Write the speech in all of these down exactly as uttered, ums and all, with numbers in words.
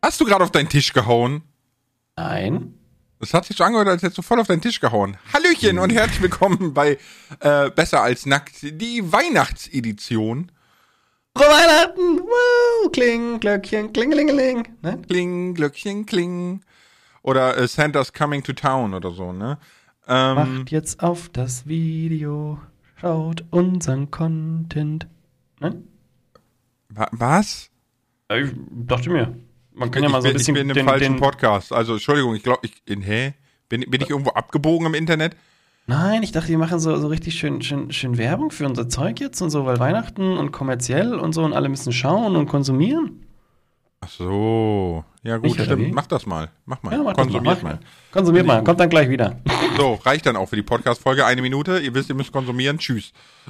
Hast du gerade auf deinen Tisch gehauen? Nein. Das hat sich so angehört, als hättest du voll auf deinen Tisch gehauen. Hallöchen und herzlich willkommen bei äh, Besser als Nackt, die Weihnachtsedition. Frohe Weihnachten! Woo, kling, Glöckchen, klingelingeling. Ne? Kling, Glöckchen, kling. Oder äh, Santa's Coming to Town oder so, ne? Ähm, Macht jetzt auf das Video, schaut unseren Content. Ne? wa- Was? Ich dachte mir, man kann ich, ja mal so ein bin, bisschen ich bin im den, falschen den Podcast. Also, Entschuldigung, ich glaube, ich, in, hä? Bin, bin ich irgendwo abgebogen im Internet? Nein, ich dachte, die machen so, so richtig schön, schön, schön Werbung für unser Zeug jetzt und so, weil Weihnachten und kommerziell und so und alle müssen schauen und konsumieren. Ach so. Ja, gut, Ich, oder stimmt. wie? Mach das mal. Mach mal. Ja, mach das mal, Konsumiert mach mal. mal. Konsumiert mal, kommt dann gleich wieder. So, reicht dann auch für die Podcast-Folge. Eine Minute. Ihr wisst, ihr müsst konsumieren. Tschüss.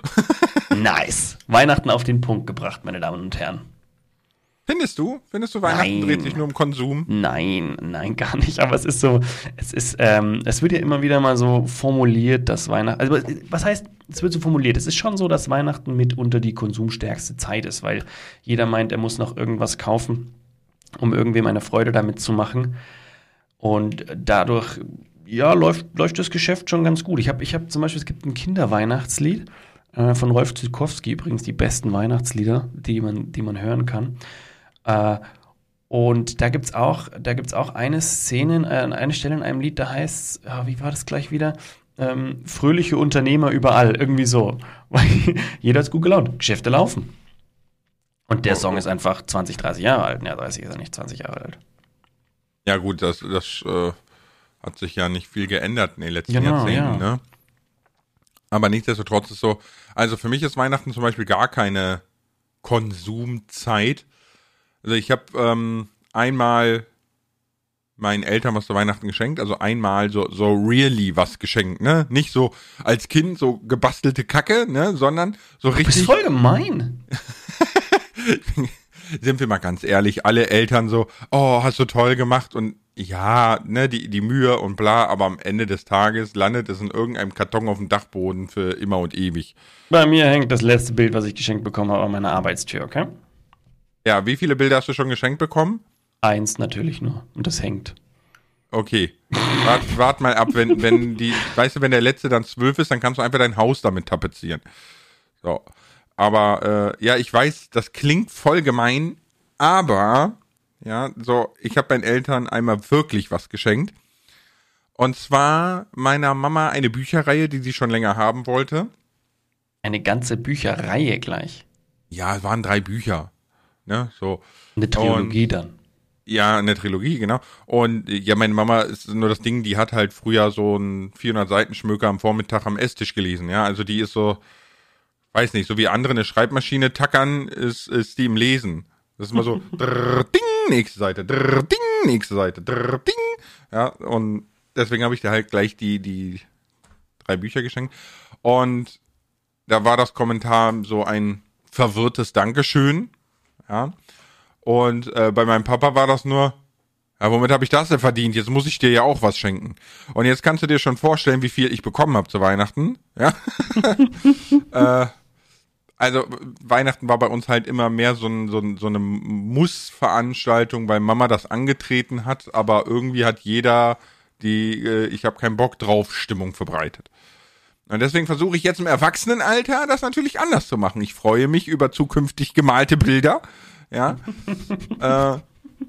Nice. Weihnachten auf den Punkt gebracht, meine Damen und Herren. Findest du? Findest du, Weihnachten Nein. dreht sich nur um Konsum? Nein, nein, gar nicht. Aber es ist so, es ist, ähm, es wird ja immer wieder mal so formuliert, dass Weihnachten, also was heißt, es wird so formuliert? Es ist schon so, dass Weihnachten mitunter die konsumstärkste Zeit ist, weil jeder meint, er muss noch irgendwas kaufen, um irgendwem eine Freude damit zu machen. Und dadurch, ja, läuft, läuft das Geschäft schon ganz gut. Ich habe ich hab zum Beispiel, es gibt ein Kinderweihnachtslied äh, von Rolf Zukowski, übrigens die besten Weihnachtslieder, die man, die man hören kann. Äh, und da gibt's auch, da gibt's auch eine Szene, äh, eine Stelle in einem Lied, da heißt, ja, wie war das gleich wieder? Ähm, fröhliche Unternehmer überall, irgendwie so. Weil jeder ist gut gelaunt, Geschäfte laufen. Und der Song ist einfach zwanzig, dreißig Jahre alt. Ja, dreißig ist er nicht, zwanzig Jahre alt. Ja gut, das, das äh, hat sich ja nicht viel geändert in den letzten Genau, Jahrzehnten, ja. ne? Aber nichtsdestotrotz ist so, also für mich ist Weihnachten zum Beispiel gar keine Konsumzeit. Also ich habe ähm, einmal meinen Eltern was zu Weihnachten geschenkt, also einmal so, so really was geschenkt, ne? Nicht so als Kind so gebastelte Kacke, ne? Sondern so Du bist richtig. voll gemein. Sind wir mal ganz ehrlich, alle Eltern so, oh, hast du toll gemacht und ja, ne, die, die Mühe und bla, aber am Ende des Tages landet es in irgendeinem Karton auf dem Dachboden für immer und ewig. Bei mir hängt das letzte Bild, was ich geschenkt bekommen habe, an meiner Arbeitstür, okay? Ja, wie viele Bilder hast du schon geschenkt bekommen? Eins natürlich nur. Und das hängt. Okay, wart, wart mal ab, wenn, wenn die, weißt du, wenn der letzte dann zwölf ist, dann kannst du einfach dein Haus damit tapezieren. So, aber äh, ja, ich weiß, das klingt voll gemein, aber ja, so, ich habe meinen Eltern einmal wirklich was geschenkt. Und zwar meiner Mama eine Bücherreihe, die sie schon länger haben wollte. Eine ganze Bücherreihe gleich. Ja, es waren drei Bücher. Ne, so. Eine Trilogie Und, dann. ja, eine Trilogie, genau. Und ja, meine Mama ist nur das Ding, die hat halt früher so einen vierhundert Seiten Schmöker am Vormittag am Esstisch gelesen, ja. Also die ist so, weiß nicht, so wie andere eine Schreibmaschine tackern, ist, ist die im Lesen. Das ist immer so, drrr, ding, nächste Seite, drrr, ding, nächste Seite, drrr, ding. Ja, und deswegen habe ich dir halt gleich die, die drei Bücher geschenkt. Und da war das Kommentar so ein verwirrtes Dankeschön. Ja. Und äh, bei meinem Papa war das nur, ja, womit habe ich das denn verdient? Jetzt muss ich dir ja auch was schenken. Und jetzt kannst du dir schon vorstellen, wie viel ich bekommen habe zu Weihnachten. Ja. äh, also Weihnachten war bei uns halt immer mehr so, ein, so, ein, so eine Muss-Veranstaltung, weil Mama das angetreten hat, aber irgendwie hat jeder die äh, ich habe keinen Bock drauf Stimmung verbreitet. Und deswegen versuche ich jetzt im Erwachsenenalter das natürlich anders zu machen. Ich freue mich über zukünftig gemalte Bilder. Ja. äh,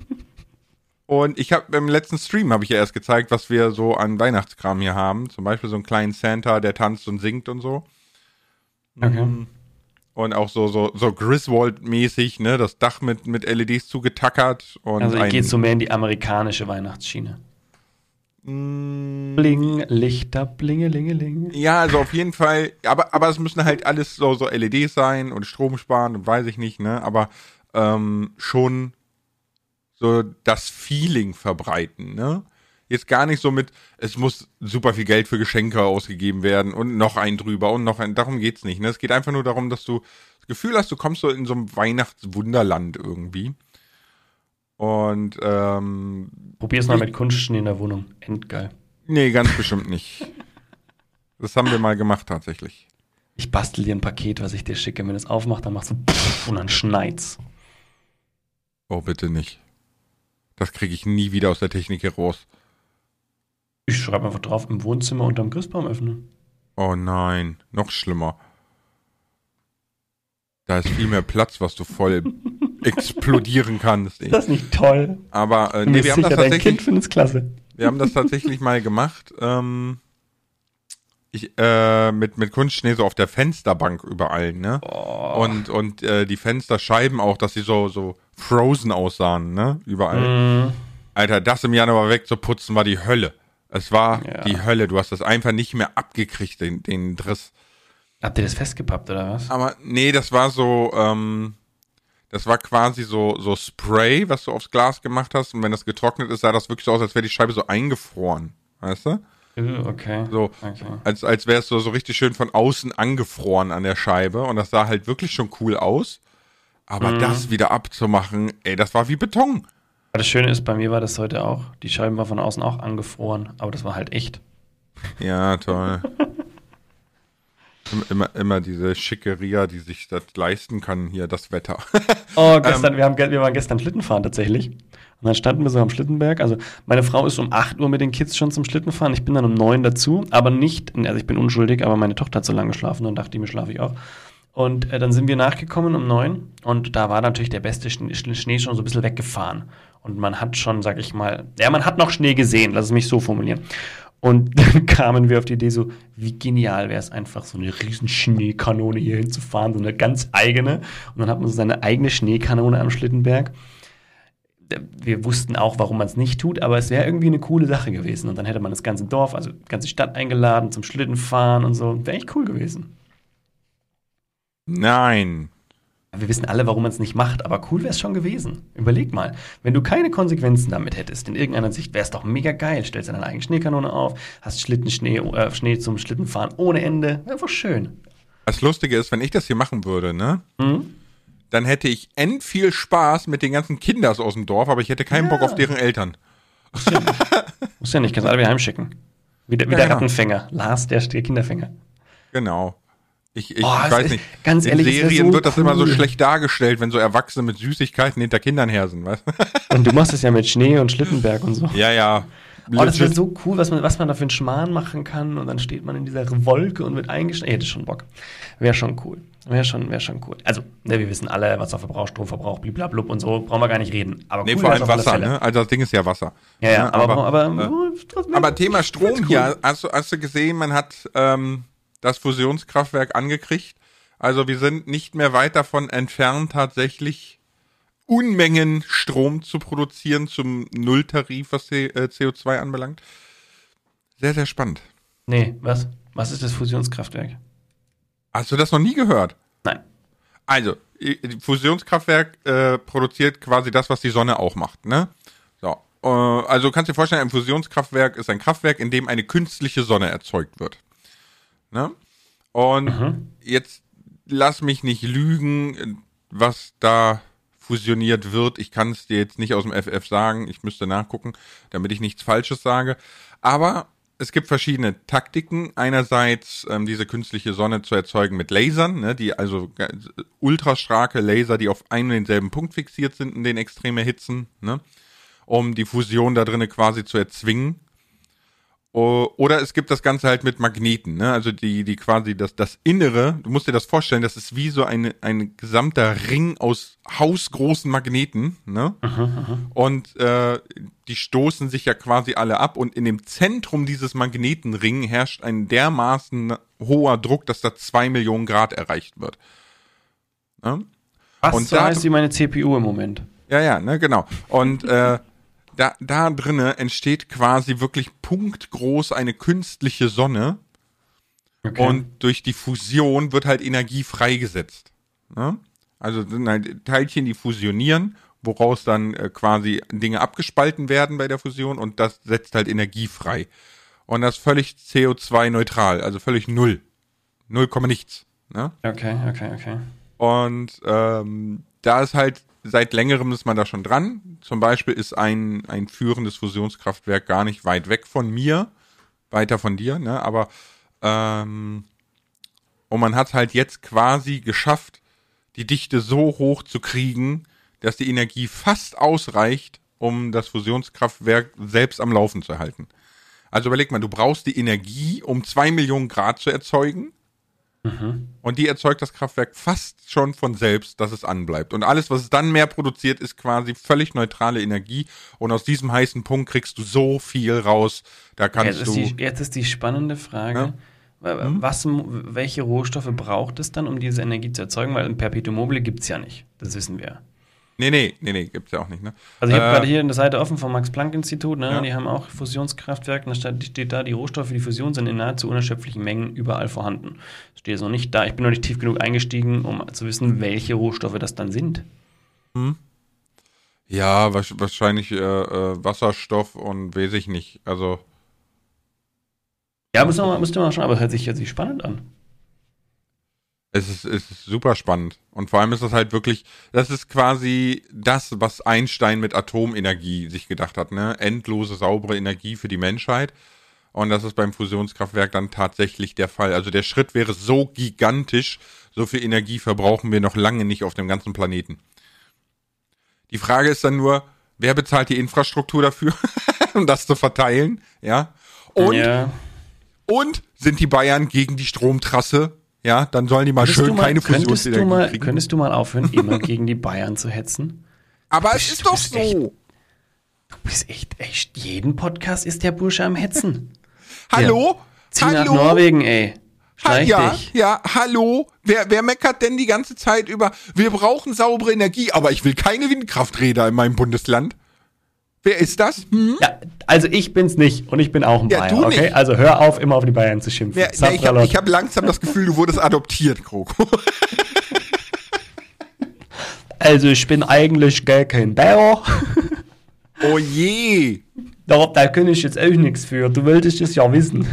und ich habe im letzten Stream habe ich ja erst gezeigt, was wir so an Weihnachtskram hier haben. Zum Beispiel so einen kleinen Santa, der tanzt und singt und so. Okay. Und auch so so so Griswold-mäßig, ne, das Dach mit mit L E Ds zugetackert. Und Also ein, geht so mehr in die amerikanische Weihnachtsschiene. mh, Bling, Lichter, blingelingeling. Ja, also auf jeden Fall, aber aber es müssen halt alles so so L E Ds sein und Strom sparen und weiß ich nicht, ne, aber ähm, schon so das Feeling verbreiten, ne? Jetzt gar nicht so mit, es muss super viel Geld für Geschenke ausgegeben werden und noch ein drüber und noch ein, darum geht's nicht, ne? Es geht einfach nur darum, dass du das Gefühl hast, du kommst so in so ein Weihnachtswunderland irgendwie. Und, ähm, Probier's mal mit Kunstschen in der Wohnung. Endgeil. nee, ganz bestimmt nicht. Das haben wir mal gemacht, tatsächlich. Ich bastel dir ein Paket, was ich dir schicke. Wenn du es aufmachst, dann machst du pff und dann schneit's. Oh, bitte nicht. Das kriege ich nie wieder aus der Technik heraus. Ich schreibe einfach drauf, im Wohnzimmer unterm Christbaum öffnen. Oh nein, noch schlimmer. Da ist viel mehr Platz, was du voll explodieren kannst. Ist das nicht toll? Aber äh, nee, nee, wir haben sicher, das dein tatsächlich. Kind findet es klasse. Wir haben das tatsächlich mal gemacht. Ähm, ich äh, mit mit Kunstschnee so auf der Fensterbank überall, ne? Oh. Und und äh, die Fensterscheiben auch, dass sie so so frozen aussahen, ne? Überall. Mm. Alter, das im Januar wegzuputzen war die Hölle. Es war Ja. die Hölle. Du hast das einfach nicht mehr abgekriegt, den den Driss. Habt ihr das festgepappt oder was? Aber nee, das war so, ähm, das war quasi so so Spray, was du aufs Glas gemacht hast. Und wenn das getrocknet ist, sah das wirklich so aus, als wäre die Scheibe so eingefroren. Weißt du? Okay. So, okay. als, als wäre es so, so richtig schön von außen angefroren an der Scheibe. Und das sah halt wirklich schon cool aus. Aber Mhm. das wieder abzumachen, ey, das war wie Beton. Aber das Schöne ist, bei mir war das heute auch. Die Scheiben war von außen auch angefroren, aber das war halt echt. Ja, toll. Immer, immer diese Schickeria, die sich das leisten kann, hier das Wetter. Oh, gestern, wir, haben, ge- wir waren gestern Schlittenfahren tatsächlich. Und dann standen wir so am Schlittenberg. Also meine Frau ist um acht Uhr mit den Kids schon zum Schlittenfahren. Ich bin dann um neun dazu, aber nicht, also ich bin unschuldig, aber meine Tochter hat so lange geschlafen und dachte, mir schlafe ich auch. Und äh, dann sind wir nachgekommen um neun und da war natürlich der beste Schne- Schnee schon so ein bisschen weggefahren. Und man hat schon, sag ich mal, ja, man hat noch Schnee gesehen, lass es mich so formulieren. Und dann kamen wir auf die Idee so, wie genial wäre es einfach, so eine riesen Schneekanone hier hinzufahren, so eine ganz eigene. Und dann hat man so seine eigene Schneekanone am Schlittenberg. Wir wussten auch, warum man es nicht tut, aber es wäre irgendwie eine coole Sache gewesen. Und dann hätte man das ganze Dorf, also die ganze Stadt eingeladen zum Schlittenfahren und so. Wäre echt cool gewesen. Nein. Wir wissen alle, warum man es nicht macht, aber cool wäre es schon gewesen. Überleg mal, wenn du keine Konsequenzen damit hättest, in irgendeiner Sicht, wäre es doch mega geil. Stellst deine eigene Schneekanone auf, hast Schlittenschnee, äh, Schnee zum Schlittenfahren ohne Ende. Wäre einfach schön. Das Lustige ist, wenn ich das hier machen würde, ne, Hm? dann hätte ich end viel Spaß mit den ganzen Kinders aus dem Dorf, aber ich hätte keinen Ja. Bock auf deren Eltern. Muss ja nicht, kannst alle wieder heimschicken. Wie der, wie Ja, der genau. Rattenfänger. Lars, der, der Kinderfänger. Genau. Ich, ich, Oh, ich es weiß ist- nicht. ganz In ehrlich, es wär Serien so wird das immer so cool. schlecht dargestellt, wenn so Erwachsene mit Süßigkeiten hinter Kindern her sind, weißt du? Und du machst es ja mit Schnee und Schlittenberg und so. Ja, ja. Oh, das wäre Legit. so cool, was man, was man da für einen Schmarrn machen kann. Und dann steht man in dieser Wolke und wird eingeschneit. Ich hätte schon Bock. Wäre schon cool. Wäre schon, wär schon cool. Also, ne, wir wissen alle, Wasserverbrauch, Stromverbrauch, bliblablub und so. Brauchen wir gar nicht reden. Aber Nee, cool vor wär's allem auf alle Wasser, Fälle. ne? Also das Ding ist ja Wasser. Ja, ja, Ne? aber, aber, aber, äh, trotzdem- aber Thema ich find's Strom cool. hier, hast du, hast du gesehen, man hat ähm, das Fusionskraftwerk angekriegt. Also wir sind nicht mehr weit davon entfernt, tatsächlich Unmengen Strom zu produzieren zum Nulltarif, was C- äh, C O zwei anbelangt. Sehr, sehr spannend. Nee, was? Was ist das Fusionskraftwerk? Hast du das noch nie gehört? Nein. Also, i- Fusionskraftwerk äh, produziert quasi das, was die Sonne auch macht, ne? So. Äh, also kannst dir vorstellen, ein Fusionskraftwerk ist ein Kraftwerk, in dem eine künstliche Sonne erzeugt wird. Ne? Und Mhm. jetzt lass mich nicht lügen, was da fusioniert wird. Ich kann es dir jetzt nicht aus dem F F sagen. Ich müsste nachgucken, damit ich nichts Falsches sage. Aber es gibt verschiedene Taktiken. Einerseits ähm, diese künstliche Sonne zu erzeugen mit Lasern, ne, die also ga- ultrastarke Laser, die auf einen und denselben Punkt fixiert sind, in den extrem erhitzen, ne, um die Fusion da drinnen quasi zu erzwingen. O- Oder es gibt das Ganze halt mit Magneten, ne? Also die, die quasi das, das Innere, du musst dir das vorstellen, das ist wie so eine, ein gesamter Ring aus hausgroßen Magneten, ne? Und äh, die stoßen sich ja quasi alle ab und in dem Zentrum dieses Magnetenring herrscht ein dermaßen hoher Druck, dass da zwei Millionen Grad erreicht wird. Ne? Was Und so da- heißt wie meine C P U im Moment. Ja, ja, ne, genau. Und äh, da, da drinne entsteht quasi wirklich punktgroß eine künstliche Sonne Okay. und durch die Fusion wird halt Energie freigesetzt. Ne? Also sind halt Teilchen, die fusionieren, woraus dann äh, quasi Dinge abgespalten werden bei der Fusion und das setzt halt Energie frei. Und das völlig C O zwei neutral, also völlig null. Null Komma nichts. Ne? okay, okay, okay. Und ähm, da ist halt, seit längerem ist man da schon dran. Zum Beispiel ist ein, ein führendes Fusionskraftwerk gar nicht weit weg von mir, weiter von dir, ne? Aber ähm, und man hat halt jetzt quasi geschafft, die Dichte so hoch zu kriegen, dass die Energie fast ausreicht, um das Fusionskraftwerk selbst am Laufen zu halten. Also überleg mal, du brauchst die Energie, um zwei Millionen Grad zu erzeugen. Mhm. Und die erzeugt das Kraftwerk fast schon von selbst, dass es anbleibt. Und alles, was es dann mehr produziert, ist quasi völlig neutrale Energie. Und aus diesem heißen Punkt kriegst du so viel raus. Da kannst jetzt du. Ist die, jetzt ist die spannende Frage. Ja? Hm? Was, welche Rohstoffe braucht es dann, um diese Energie zu erzeugen? Weil ein Perpetuum mobile gibt es ja nicht. Das wissen wir. Nee, nee, nee, nee, gibt's ja auch nicht, ne? Also ich habe äh, gerade hier eine Seite offen vom Max-Planck-Institut, ne? Ja. Die haben auch Fusionskraftwerke, da steht da, die Rohstoffe für die Fusion sind in nahezu unerschöpflichen Mengen überall vorhanden. Das steht jetzt noch nicht da. Ich bin noch nicht tief genug eingestiegen, um zu wissen, welche Rohstoffe das dann sind. Hm? Ja, wahrscheinlich äh, äh, Wasserstoff und weiß ich nicht, also. Ja, müsste man, müsste man schauen, aber hört sich, hört sich spannend an. Es ist, es ist super spannend. Und vor allem ist das halt wirklich, das ist quasi das, was Einstein mit Atomenergie sich gedacht hat, ne? Endlose, saubere Energie für die Menschheit. Und das ist beim Fusionskraftwerk dann tatsächlich der Fall. Also der Schritt wäre so gigantisch, so viel Energie verbrauchen wir noch lange nicht auf dem ganzen Planeten. Die Frage ist dann nur, wer bezahlt die Infrastruktur dafür, um das zu verteilen, ja? Und, ja. und sind die Bayern gegen die Stromtrasse? Ja, dann sollen die mal könntest schön mal, keine Fusionsenergie Fusionsenergie mal, kriegen. Könntest du mal aufhören, immer gegen die Bayern zu hetzen? Aber Du es bist- ist du doch bist so. echt- Du bist echt, echt, jeden Podcast ist der Bursche am Hetzen. Hallo? Zieh nach Hallo? Norwegen, ey. Ha, Streich ja, dich. ja, hallo? Wer, wer meckert denn die ganze Zeit über, wir brauchen saubere Energie, aber ich will keine Windkrafträder in meinem Bundesland? Wer ist das? Hm? Ja, also ich bin's nicht und ich bin auch ein Ja, Bayer, du okay? nicht. Also hör auf, immer auf die Bayern zu schimpfen. Wer, na, ich habe Sapralot. hab langsam das Gefühl, du wurdest adoptiert, Kroko. Also ich bin eigentlich gar kein Bayer. Oh je. Da, da kann ich jetzt auch nichts für. Du wolltest es ja wissen.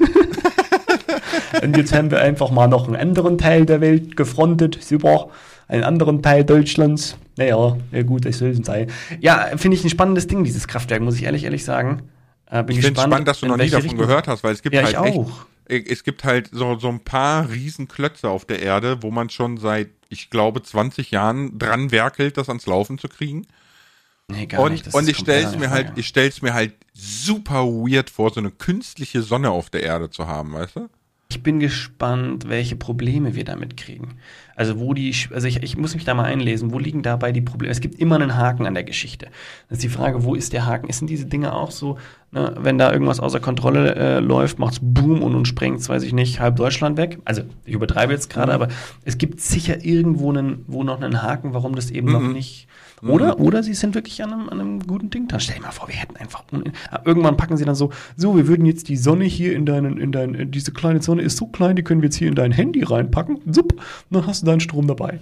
Und jetzt haben wir einfach mal noch einen anderen Teil der Welt gefrontet. Super. Einen anderen Teil Deutschlands. Naja, ja gut, das soll es sein. Ja, finde ich ein spannendes Ding, dieses Kraftwerk, muss ich ehrlich, ehrlich sagen. Äh, bin Ich finde es gespannt, spannend, dass du in noch nie welche davon Richtung- gehört hast, weil es gibt Ja, halt ich echt, auch. es gibt halt so, so ein paar Riesenklötze auf der Erde, wo man schon seit, ich glaube, zwanzig Jahren dran werkelt, das ans Laufen zu kriegen. Nee, gar Und, nicht. Das und ist ich komplett stell's eine mir halt, Frage. ich stell's mir halt super weird vor, so eine künstliche Sonne auf der Erde zu haben, weißt du? Ich bin gespannt, welche Probleme wir damit kriegen. Also wo die, also ich, ich muss mich da mal einlesen, wo liegen dabei die Probleme? Es gibt immer einen Haken an der Geschichte. Das ist die Frage, wo ist der Haken? Sind diese Dinge auch so, ne, wenn da irgendwas außer Kontrolle äh, läuft, macht's Boom und nun sprengt's, weiß ich nicht, halb Deutschland weg? Also ich übertreibe jetzt gerade, Mhm. aber es gibt sicher irgendwo einen, wo noch einen Haken, warum das eben Mhm. noch nicht. Oder, oder sie sind wirklich an einem, an einem guten Ding dran. Stell dir mal vor, wir hätten einfach. un- Irgendwann packen sie dann so, so, wir würden jetzt die Sonne hier in deinen, in dein, diese kleine Sonne ist so klein, die können wir jetzt hier in dein Handy reinpacken. Sup, und dann hast du deinen Strom dabei.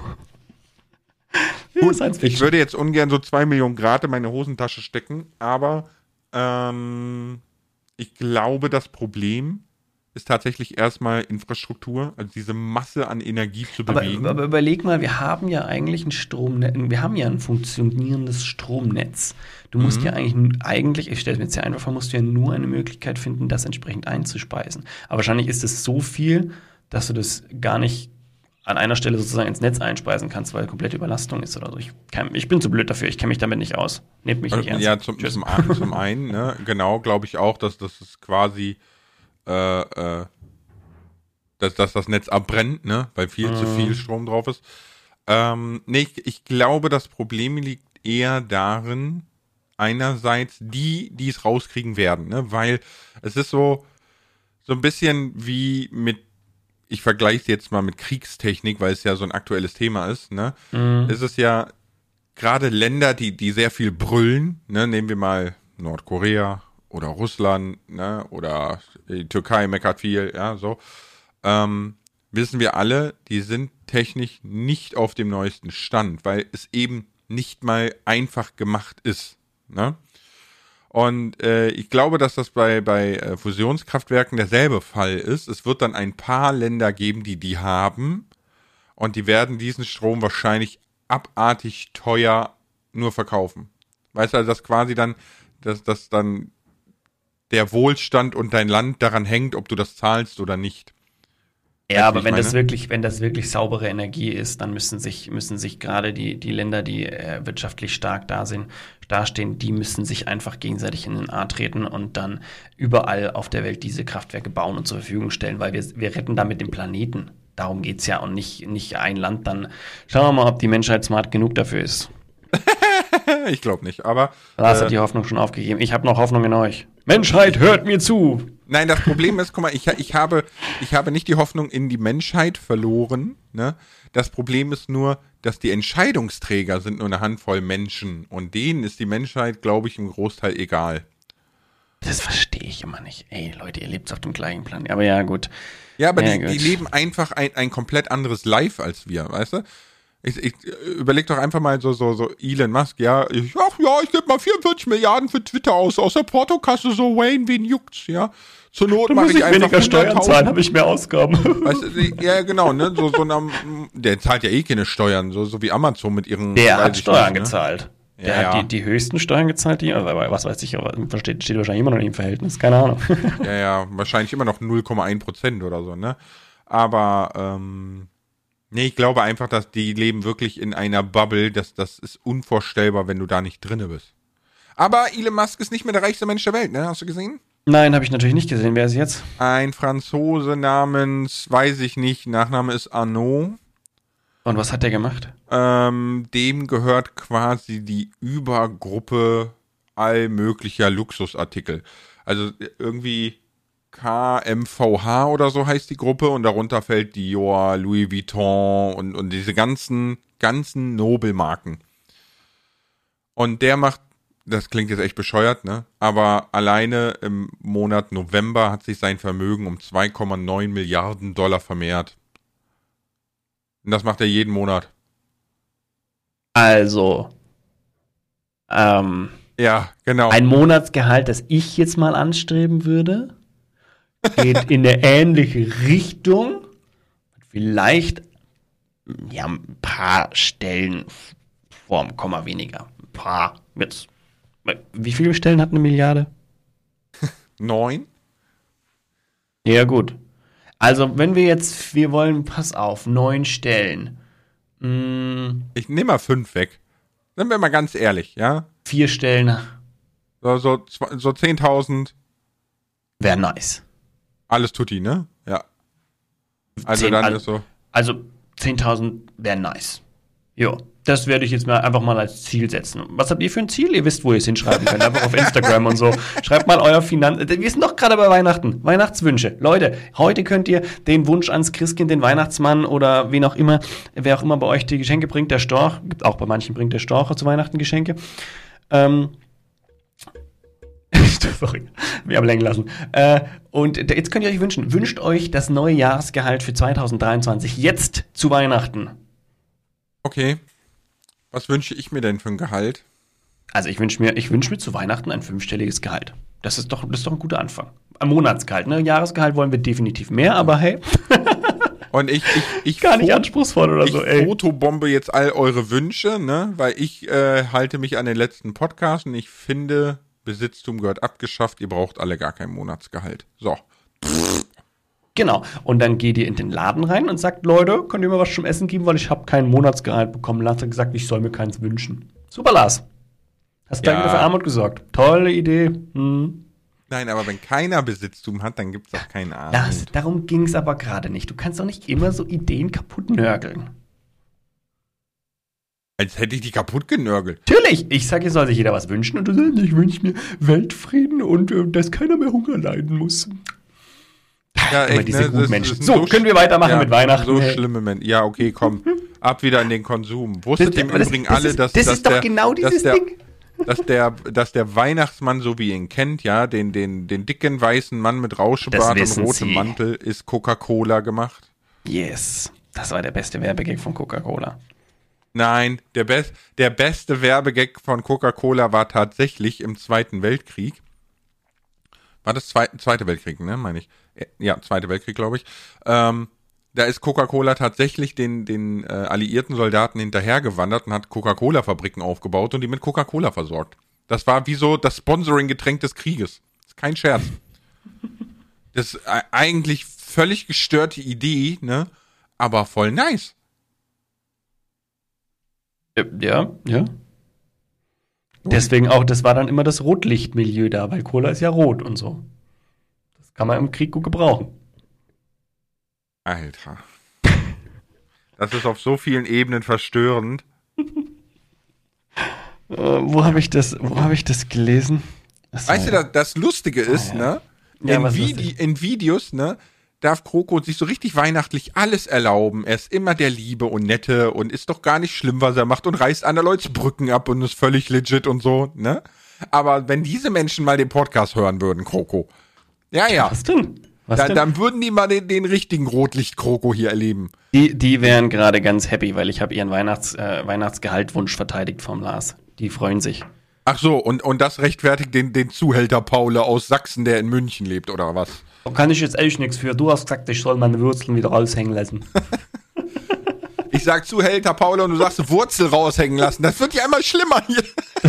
Ja, Gut, Science ich Fiction. würde jetzt ungern so zwei Millionen Grad in meine Hosentasche stecken, aber ähm, ich glaube, das Problem ist tatsächlich erstmal Infrastruktur, also diese Masse an Energie zu Aber, bewegen. aber überleg mal, wir haben ja eigentlich ein Stromnetz, wir haben ja ein funktionierendes Stromnetz. Du musst Mhm. ja eigentlich, eigentlich, ich stelle es mir jetzt sehr einfach vor, musst du ja nur eine Möglichkeit finden, das entsprechend einzuspeisen. Aber wahrscheinlich ist es so viel, dass du das gar nicht an einer Stelle sozusagen ins Netz einspeisen kannst, weil komplette Überlastung ist oder so. Ich, kann, ich bin zu blöd dafür, ich kenne mich damit nicht aus. Nehmt mich nicht ernst. Ja, zum, Tschüss. zum, ein- zum einen, ne, genau, glaube ich auch, dass das ist quasi, äh, äh, dass, dass das Netz abbrennt, ne, weil viel Mhm. zu viel Strom drauf ist. Ähm, nee, ich, ich glaube, das Problem liegt eher darin, einerseits die, die es rauskriegen werden, ne, weil es ist so, so ein bisschen wie mit, ich vergleiche es jetzt mal mit Kriegstechnik, weil es ja so ein aktuelles Thema ist, ne, Mhm. ist es ja gerade Länder, die, die sehr viel brüllen, ne, nehmen wir mal Nordkorea oder Russland, ne, oder die Türkei meckert viel, ja, so, ähm, wissen wir alle, die sind technisch nicht auf dem neuesten Stand, weil es eben nicht mal einfach gemacht ist, ne? Und äh, ich glaube, dass das bei, bei äh, Fusionskraftwerken derselbe Fall ist. Es wird dann ein paar Länder geben, die die haben und die werden diesen Strom wahrscheinlich abartig teuer nur verkaufen. Weißt du, also dass quasi dann, dass, dass dann der Wohlstand und dein Land daran hängt, ob du das zahlst oder nicht. Ja, aber wenn das wirklich, wenn das wirklich saubere Energie ist, dann müssen sich, müssen sich gerade die, die Länder, die äh, wirtschaftlich stark da sind, dastehen, die müssen sich einfach gegenseitig in den Arsch treten und dann überall auf der Welt diese Kraftwerke bauen und zur Verfügung stellen, weil wir, wir retten damit den Planeten. Darum geht's ja und nicht, nicht ein Land dann. Schauen wir mal, ob die Menschheit smart genug dafür ist. Ich glaube nicht, aber... Lars äh, hat die Hoffnung schon aufgegeben. Ich habe noch Hoffnung in euch. Menschheit, hört mir zu! Nein, das Problem ist, guck mal, ich, ich, habe, ich habe nicht die Hoffnung in die Menschheit verloren. Ne? Das Problem ist nur, dass die Entscheidungsträger sind nur eine Handvoll Menschen. Und denen ist die Menschheit, glaube ich, im Großteil egal. Das verstehe ich immer nicht. Ey, Leute, ihr lebt auf dem gleichen Planeten. Aber ja, gut. Ja, aber ja, die, gut. die leben einfach ein, ein komplett anderes Life als wir, weißt du? Ich, ich überleg doch einfach mal so, so, so Elon Musk, ja, ich, ach ja, ich gebe mal vierundvierzig Milliarden für Twitter aus, aus der Portokasse, so Wayne, wen juckt's, ja. Zur Not mache ich, ich einfach weniger Steuern zahlen, habe ich mehr Ausgaben. Weißt du, ja, genau, ne, so, so einer, der zahlt ja eh keine Steuern, so, so wie Amazon mit ihren... Der hat Steuern nicht, gezahlt. Ne? Der ja, hat ja. die, die höchsten Steuern gezahlt, die, was weiß ich, aber steht, steht wahrscheinlich immer noch im Verhältnis, keine Ahnung. Ja, ja, wahrscheinlich immer noch null Komma eins Prozent oder so, ne, aber, ähm... Nee, ich glaube einfach, dass die leben wirklich in einer Bubble, das, das ist unvorstellbar, wenn du da nicht drinne bist. Aber Elon Musk ist nicht mehr der reichste Mensch der Welt, ne? Hast du gesehen? Nein, habe ich natürlich nicht gesehen. Wer ist jetzt? Ein Franzose namens, weiß ich nicht, Nachname ist Arnaud. Und was hat der gemacht? Ähm, dem gehört quasi die Übergruppe all möglicher Luxusartikel. Also irgendwie... K M V H oder so heißt die Gruppe und darunter fällt Dior, Louis Vuitton und, und diese ganzen, ganzen Nobelmarken. Und der macht, das klingt jetzt echt bescheuert, ne? Aber alleine im Monat November hat sich sein Vermögen um zwei Komma neun Milliarden Dollar vermehrt. Und das macht er jeden Monat. Also, ähm, ja, genau. Ein Monatsgehalt, das ich jetzt mal anstreben würde, geht in eine ähnliche Richtung. Vielleicht ja ein paar Stellen vorm Komma weniger. Ein paar. Jetzt. Wie viele Stellen hat eine Milliarde? Neun? Ja, gut. Also, wenn wir jetzt, wir wollen, pass auf, neun Stellen. Hm, Ich nehme mal fünf weg. Sind wir mal ganz ehrlich, ja? Vier Stellen. So, so, so zehntausend. Wäre nice. Alles tutti, ne? Ja. Also Zehn, dann also, ist so. Also zehntausend wäre nice. Jo, das werde ich jetzt mal einfach mal als Ziel setzen. Was habt ihr für ein Ziel? Ihr wisst, wo ihr es hinschreiben könnt. Einfach auf Instagram und so. Schreibt mal euer Finanz... Wir sind doch gerade bei Weihnachten. Weihnachtswünsche. Leute, heute könnt ihr den Wunsch ans Christkind, den Weihnachtsmann oder wen auch immer, wer auch immer bei euch die Geschenke bringt, der Storch, gibt auch bei manchen bringt der Storch zu Weihnachten Geschenke. Ähm... Sorry, wir haben länger lassen. Äh, und jetzt könnt ihr euch wünschen, wünscht euch das neue Jahresgehalt für zwanzig dreiundzwanzig jetzt zu Weihnachten. Okay. Was wünsche ich mir denn für ein Gehalt? Also ich wünsche mir, ich wünsche mir zu Weihnachten ein fünfstelliges Gehalt. Das ist doch, das ist doch ein guter Anfang. Ein Monatsgehalt, ne? Jahresgehalt wollen wir definitiv mehr, aber hey. Und ich, ich, ich Gar nicht fo- anspruchsvoll oder ich so, ey. fotobombe jetzt all eure Wünsche, ne? Weil ich äh, halte mich an den letzten Podcast und ich finde, Besitztum gehört abgeschafft, ihr braucht alle gar kein Monatsgehalt. So. Genau. Und dann geht ihr in den Laden rein und sagt, Leute, könnt ihr mir was zum Essen geben, weil ich habe kein Monatsgehalt bekommen. Lars hat gesagt, ich soll mir keins wünschen. Super, Lars. Hast gleich Ja. wieder für Armut gesorgt. Tolle Idee. Hm. Nein, aber wenn keiner Besitztum hat, dann gibt's auch keinen Armut. Lars, darum ging es aber gerade nicht. Du kannst doch nicht immer so Ideen kaputt nörgeln. Als hätte ich die kaputt genörgelt. Natürlich. Ich sage, ihr soll sich jeder was wünschen und du sagst, ich wünsche mir Weltfrieden und äh, dass keiner mehr Hunger leiden muss. Ja, Immer diese Das- Gutmenschen. das sind So, können wir weitermachen ja, mit Weihnachten. So Hey. schlimme Menschen. Ja, okay, komm. Ab wieder in den Konsum. Wusstet ihr im aber das- Übrigen das alle, ist- dass, das dass ist doch der, genau dass dieses der, Ding. Dass der, dass der Weihnachtsmann, so wie ihr ihn kennt, ja, den, den, den dicken weißen Mann mit Das Rauschebart und wissen rotem Sie. Mantel, ist Coca-Cola gemacht? Yes. Das war der beste Werbegag von Coca-Cola. Nein, der, best, der beste Werbegag von Coca-Cola war tatsächlich im Zweiten Weltkrieg. War das Zweite, Zweite Weltkrieg, ne, meine ich. Ja, Zweite Weltkrieg, glaube ich. Ähm, da ist Coca-Cola tatsächlich den, den äh, alliierten Soldaten hinterhergewandert und hat Coca-Cola-Fabriken aufgebaut und die mit Coca-Cola versorgt. Das war wie so das Sponsoring-Getränk des Krieges. Ist kein Scherz. Das ist e- eigentlich völlig gestörte Idee, ne? Aber voll nice. Äh, Ja, ja. Deswegen auch, das war dann immer das Rotlichtmilieu da, weil Cola ist ja rot und so. Das kann man im Krieg gut gebrauchen. Alter. Das ist auf so vielen Ebenen verstörend. Äh, wo habe ich das, wo habe ich das gelesen? Das Weißt du, war- das, das Lustige ist, Ah, ja. ne? Ja, in, was Vide lustig? in Videos, ne? Darf Kroko sich so richtig weihnachtlich alles erlauben. Er ist immer der Liebe und Nette und ist doch gar nicht schlimm, was er macht und reißt andere Leute Brücken ab und ist völlig legit und so, ne? Aber wenn diese Menschen mal den Podcast hören würden, Kroko. Ja, ja. Was denn? Was Dann, denn? dann würden die mal den, den richtigen Rotlicht-Kroko hier erleben. Die, die wären gerade ganz happy, weil ich habe ihren Weihnachts, äh, Weihnachtsgehaltwunsch verteidigt vom Lars. Die freuen sich. Ach so, und, und das rechtfertigt den, den Zuhälter Paule aus Sachsen, der in München lebt, oder was? Da kann ich jetzt echt nichts für. Du hast gesagt, ich soll meine Wurzeln wieder raushängen lassen. Ich sag Zuhälter Paule und du sagst Wurzel raushängen lassen. Das wird ja immer schlimmer hier.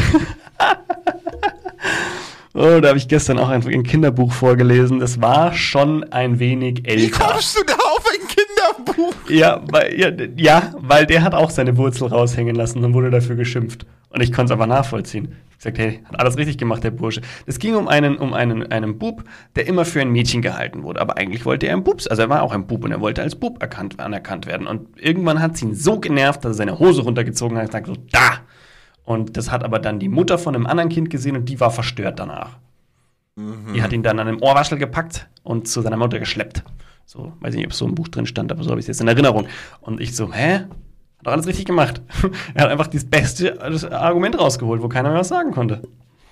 Oh, da habe ich gestern auch einfach ein Kinderbuch vorgelesen. Das war schon ein wenig Wie älter. kommst du da auf ein Kinderbuch? Ja, weil, ja, ja, weil der hat auch seine Wurzel raushängen lassen und wurde dafür geschimpft. Und ich konnte es aber nachvollziehen. Ich gesagt, hey, hat alles richtig gemacht, der Bursche. Es ging um einen, um einen, einen Bub, der immer für ein Mädchen gehalten wurde. Aber eigentlich wollte er ein Bub, also er war auch ein Bub und er wollte als Bub erkannt, anerkannt werden. Und irgendwann hat es ihn so genervt, dass er seine Hose runtergezogen hat und gesagt, so, da! Und das hat aber dann die Mutter von einem anderen Kind gesehen und die war verstört danach. Mhm. Die hat ihn dann an einem Ohrwaschel gepackt und zu seiner Mutter geschleppt. So, weiß nicht, ob so im Buch drin stand, aber so habe ich es jetzt in Erinnerung. Und ich so, hä? Hat doch alles richtig gemacht. Er hat einfach das beste das Argument rausgeholt, wo keiner mehr was sagen konnte.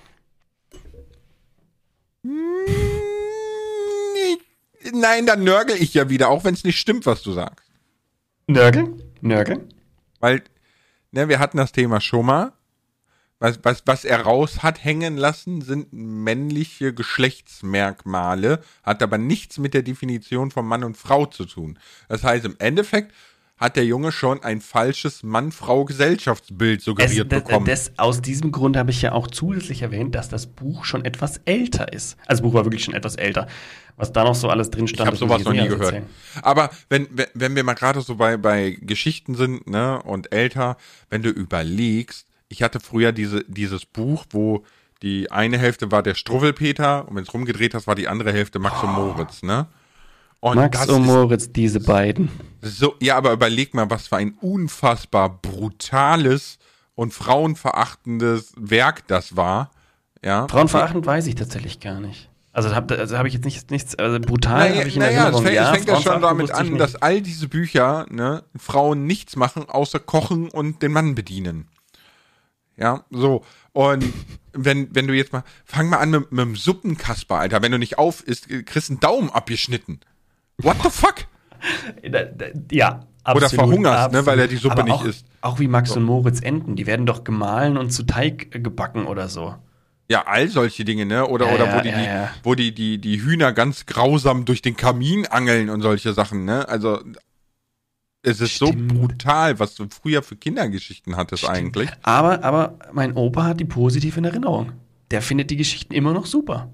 Nein, dann nörgel ich ja wieder, auch wenn es nicht stimmt, was du sagst. Nörgel? Nörgel? Weil, ne, wir hatten das Thema schon mal. Was, was, was er raus hat hängen lassen, sind männliche Geschlechtsmerkmale, hat aber nichts mit der Definition von Mann und Frau zu tun. Das heißt, im Endeffekt hat der Junge schon ein falsches Mann-Frau-Gesellschaftsbild suggeriert Es, bekommen. Das, aus diesem Grund habe ich ja auch zusätzlich erwähnt, dass das Buch schon etwas älter ist. Also das Buch war wirklich schon etwas älter. Was da noch so alles drin stand, Ich habe das sowas muss noch nie jetzt gehört. erzählen. Aber wenn, wenn wenn wir mal gerade so bei, bei Geschichten sind, ne, und älter, wenn du überlegst, ich hatte früher diese, dieses Buch, wo die eine Hälfte war der Struwwelpeter und wenn es rumgedreht hast, war die andere Hälfte Max und Moritz, ne? Und Max und Moritz, diese beiden. So, ja, aber überleg mal, was für ein unfassbar brutales und frauenverachtendes Werk das war. Ja. Frauenverachtend weiß ich tatsächlich gar nicht. Also habe also hab ich jetzt nicht, nichts, also brutal Naja, habe ich in naja, Erinnerung. es fängt, ja, es fängt ja schon Frauenverachtend damit wusste ich an, nicht. dass all diese Bücher, ne, Frauen nichts machen, außer kochen und den Mann bedienen. Ja, so. Und wenn, wenn du jetzt mal, fang mal an mit, mit dem Suppenkasper, Alter. Wenn du nicht auf isst, kriegst du einen Daumen abgeschnitten. What the fuck? Da- da- Ja, Oder absolut, verhungerst, ne, absolut. weil er die Suppe Aber nicht auch, isst. Auch wie Max und Moritz enden, die werden doch gemahlen und zu Teig äh, gebacken oder so. Ja, all solche Dinge, ne? Oder, Ja, oder ja, wo die, ja, die, ja. wo die, die, die Hühner ganz grausam durch den Kamin angeln und solche Sachen, ne? Also, es ist Stimmt. so brutal, was du früher für Kindergeschichten hattest eigentlich. Aber, aber mein Opa hat die positiv in Erinnerung. Der findet die Geschichten immer noch super.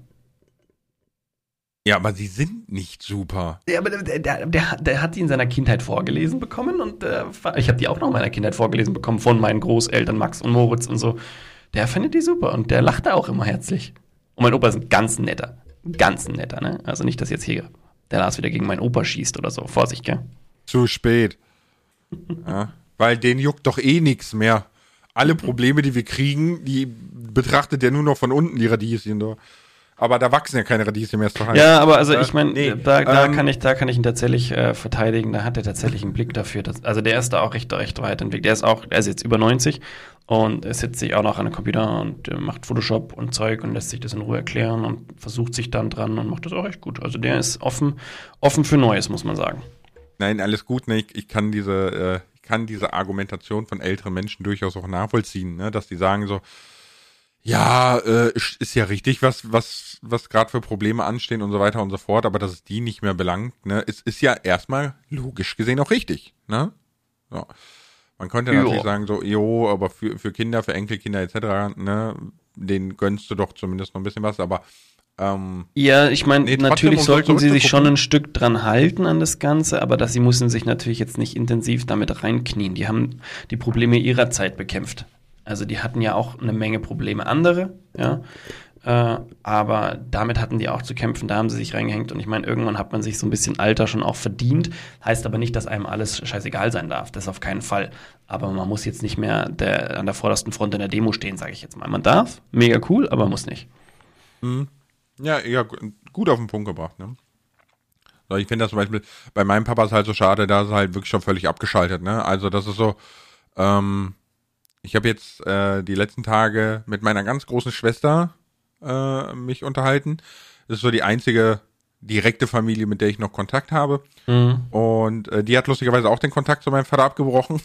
Ja, aber sie sind nicht super. Ja, aber der, der, der, der hat die in seiner Kindheit vorgelesen bekommen und äh, ich habe die auch noch in meiner Kindheit vorgelesen bekommen von meinen Großeltern Max und Moritz und so. Der findet die super und der lacht da auch immer herzlich. Und mein Opa ist ein ganz netter. Ein ganz netter, ne? Also nicht, dass jetzt hier der Lars wieder gegen meinen Opa schießt oder so. Vorsicht, gell? Zu spät. Ja, weil den juckt doch eh nichts mehr. Alle Probleme, die wir kriegen, die betrachtet er nur noch von unten, die Radieschen. Da. Aber da wachsen ja keine Radieschen mehr, ist doch heiß. Ja, aber also Äh, ich meine, nee, da, da, ähm, kann ich, da kann ich ihn tatsächlich äh, verteidigen. Da hat er tatsächlich einen Blick dafür. Dass, also der ist da auch recht, recht weit entwickelt. Der ist auch, er ist jetzt über neunzig und er sitzt sich auch noch an den Computer und äh, macht Photoshop und Zeug und lässt sich das in Ruhe erklären und versucht sich dann dran und macht das auch echt gut. Also der ist offen, offen für Neues, muss man sagen. Nein, alles gut. Ne? Ich, ich kann diese, äh, ich kann diese Argumentation von älteren Menschen durchaus auch nachvollziehen, ne? Dass die sagen so, ja, äh, ist ja richtig, was, was, was gerade für Probleme anstehen und so weiter und so fort, aber dass es die nicht mehr belangt, ne, ist, ist ja erstmal logisch gesehen auch richtig, ne? So. Man könnte Jo. natürlich sagen, so, jo, aber für, für Kinder, für Enkelkinder et cetera, ne, denen gönnst du doch zumindest noch ein bisschen was, aber Ähm, ja, ich meine, nee, natürlich trotzdem, um sollten so sie sich schon zurückzugucken. ein Stück dran halten an das Ganze, aber dass sie müssen sich natürlich jetzt nicht intensiv damit reinknien. Die haben die Probleme ihrer Zeit bekämpft. Also die hatten ja auch eine Menge Probleme andere, ja. Äh, aber damit hatten die auch zu kämpfen, da haben sie sich reingehängt und ich meine, irgendwann hat man sich so ein bisschen Alter schon auch verdient, heißt aber nicht, dass einem alles scheißegal sein darf, das auf keinen Fall. Aber man muss jetzt nicht mehr der, an der vordersten Front in der Demo stehen, sage ich jetzt mal. Man darf, mega cool, aber muss nicht. Mhm. Ja, ja, gu- gut auf den Punkt gebracht, ne? So, ich finde das zum Beispiel, bei meinem Papa ist halt so schade, da ist er halt wirklich schon völlig abgeschaltet, ne? Also das ist so, ähm, ich habe jetzt äh, die letzten Tage mit meiner ganz großen Schwester äh, mich unterhalten. Das ist so die einzige direkte Familie, mit der ich noch Kontakt habe. Mhm. Und äh, die hat lustigerweise auch den Kontakt zu meinem Vater abgebrochen.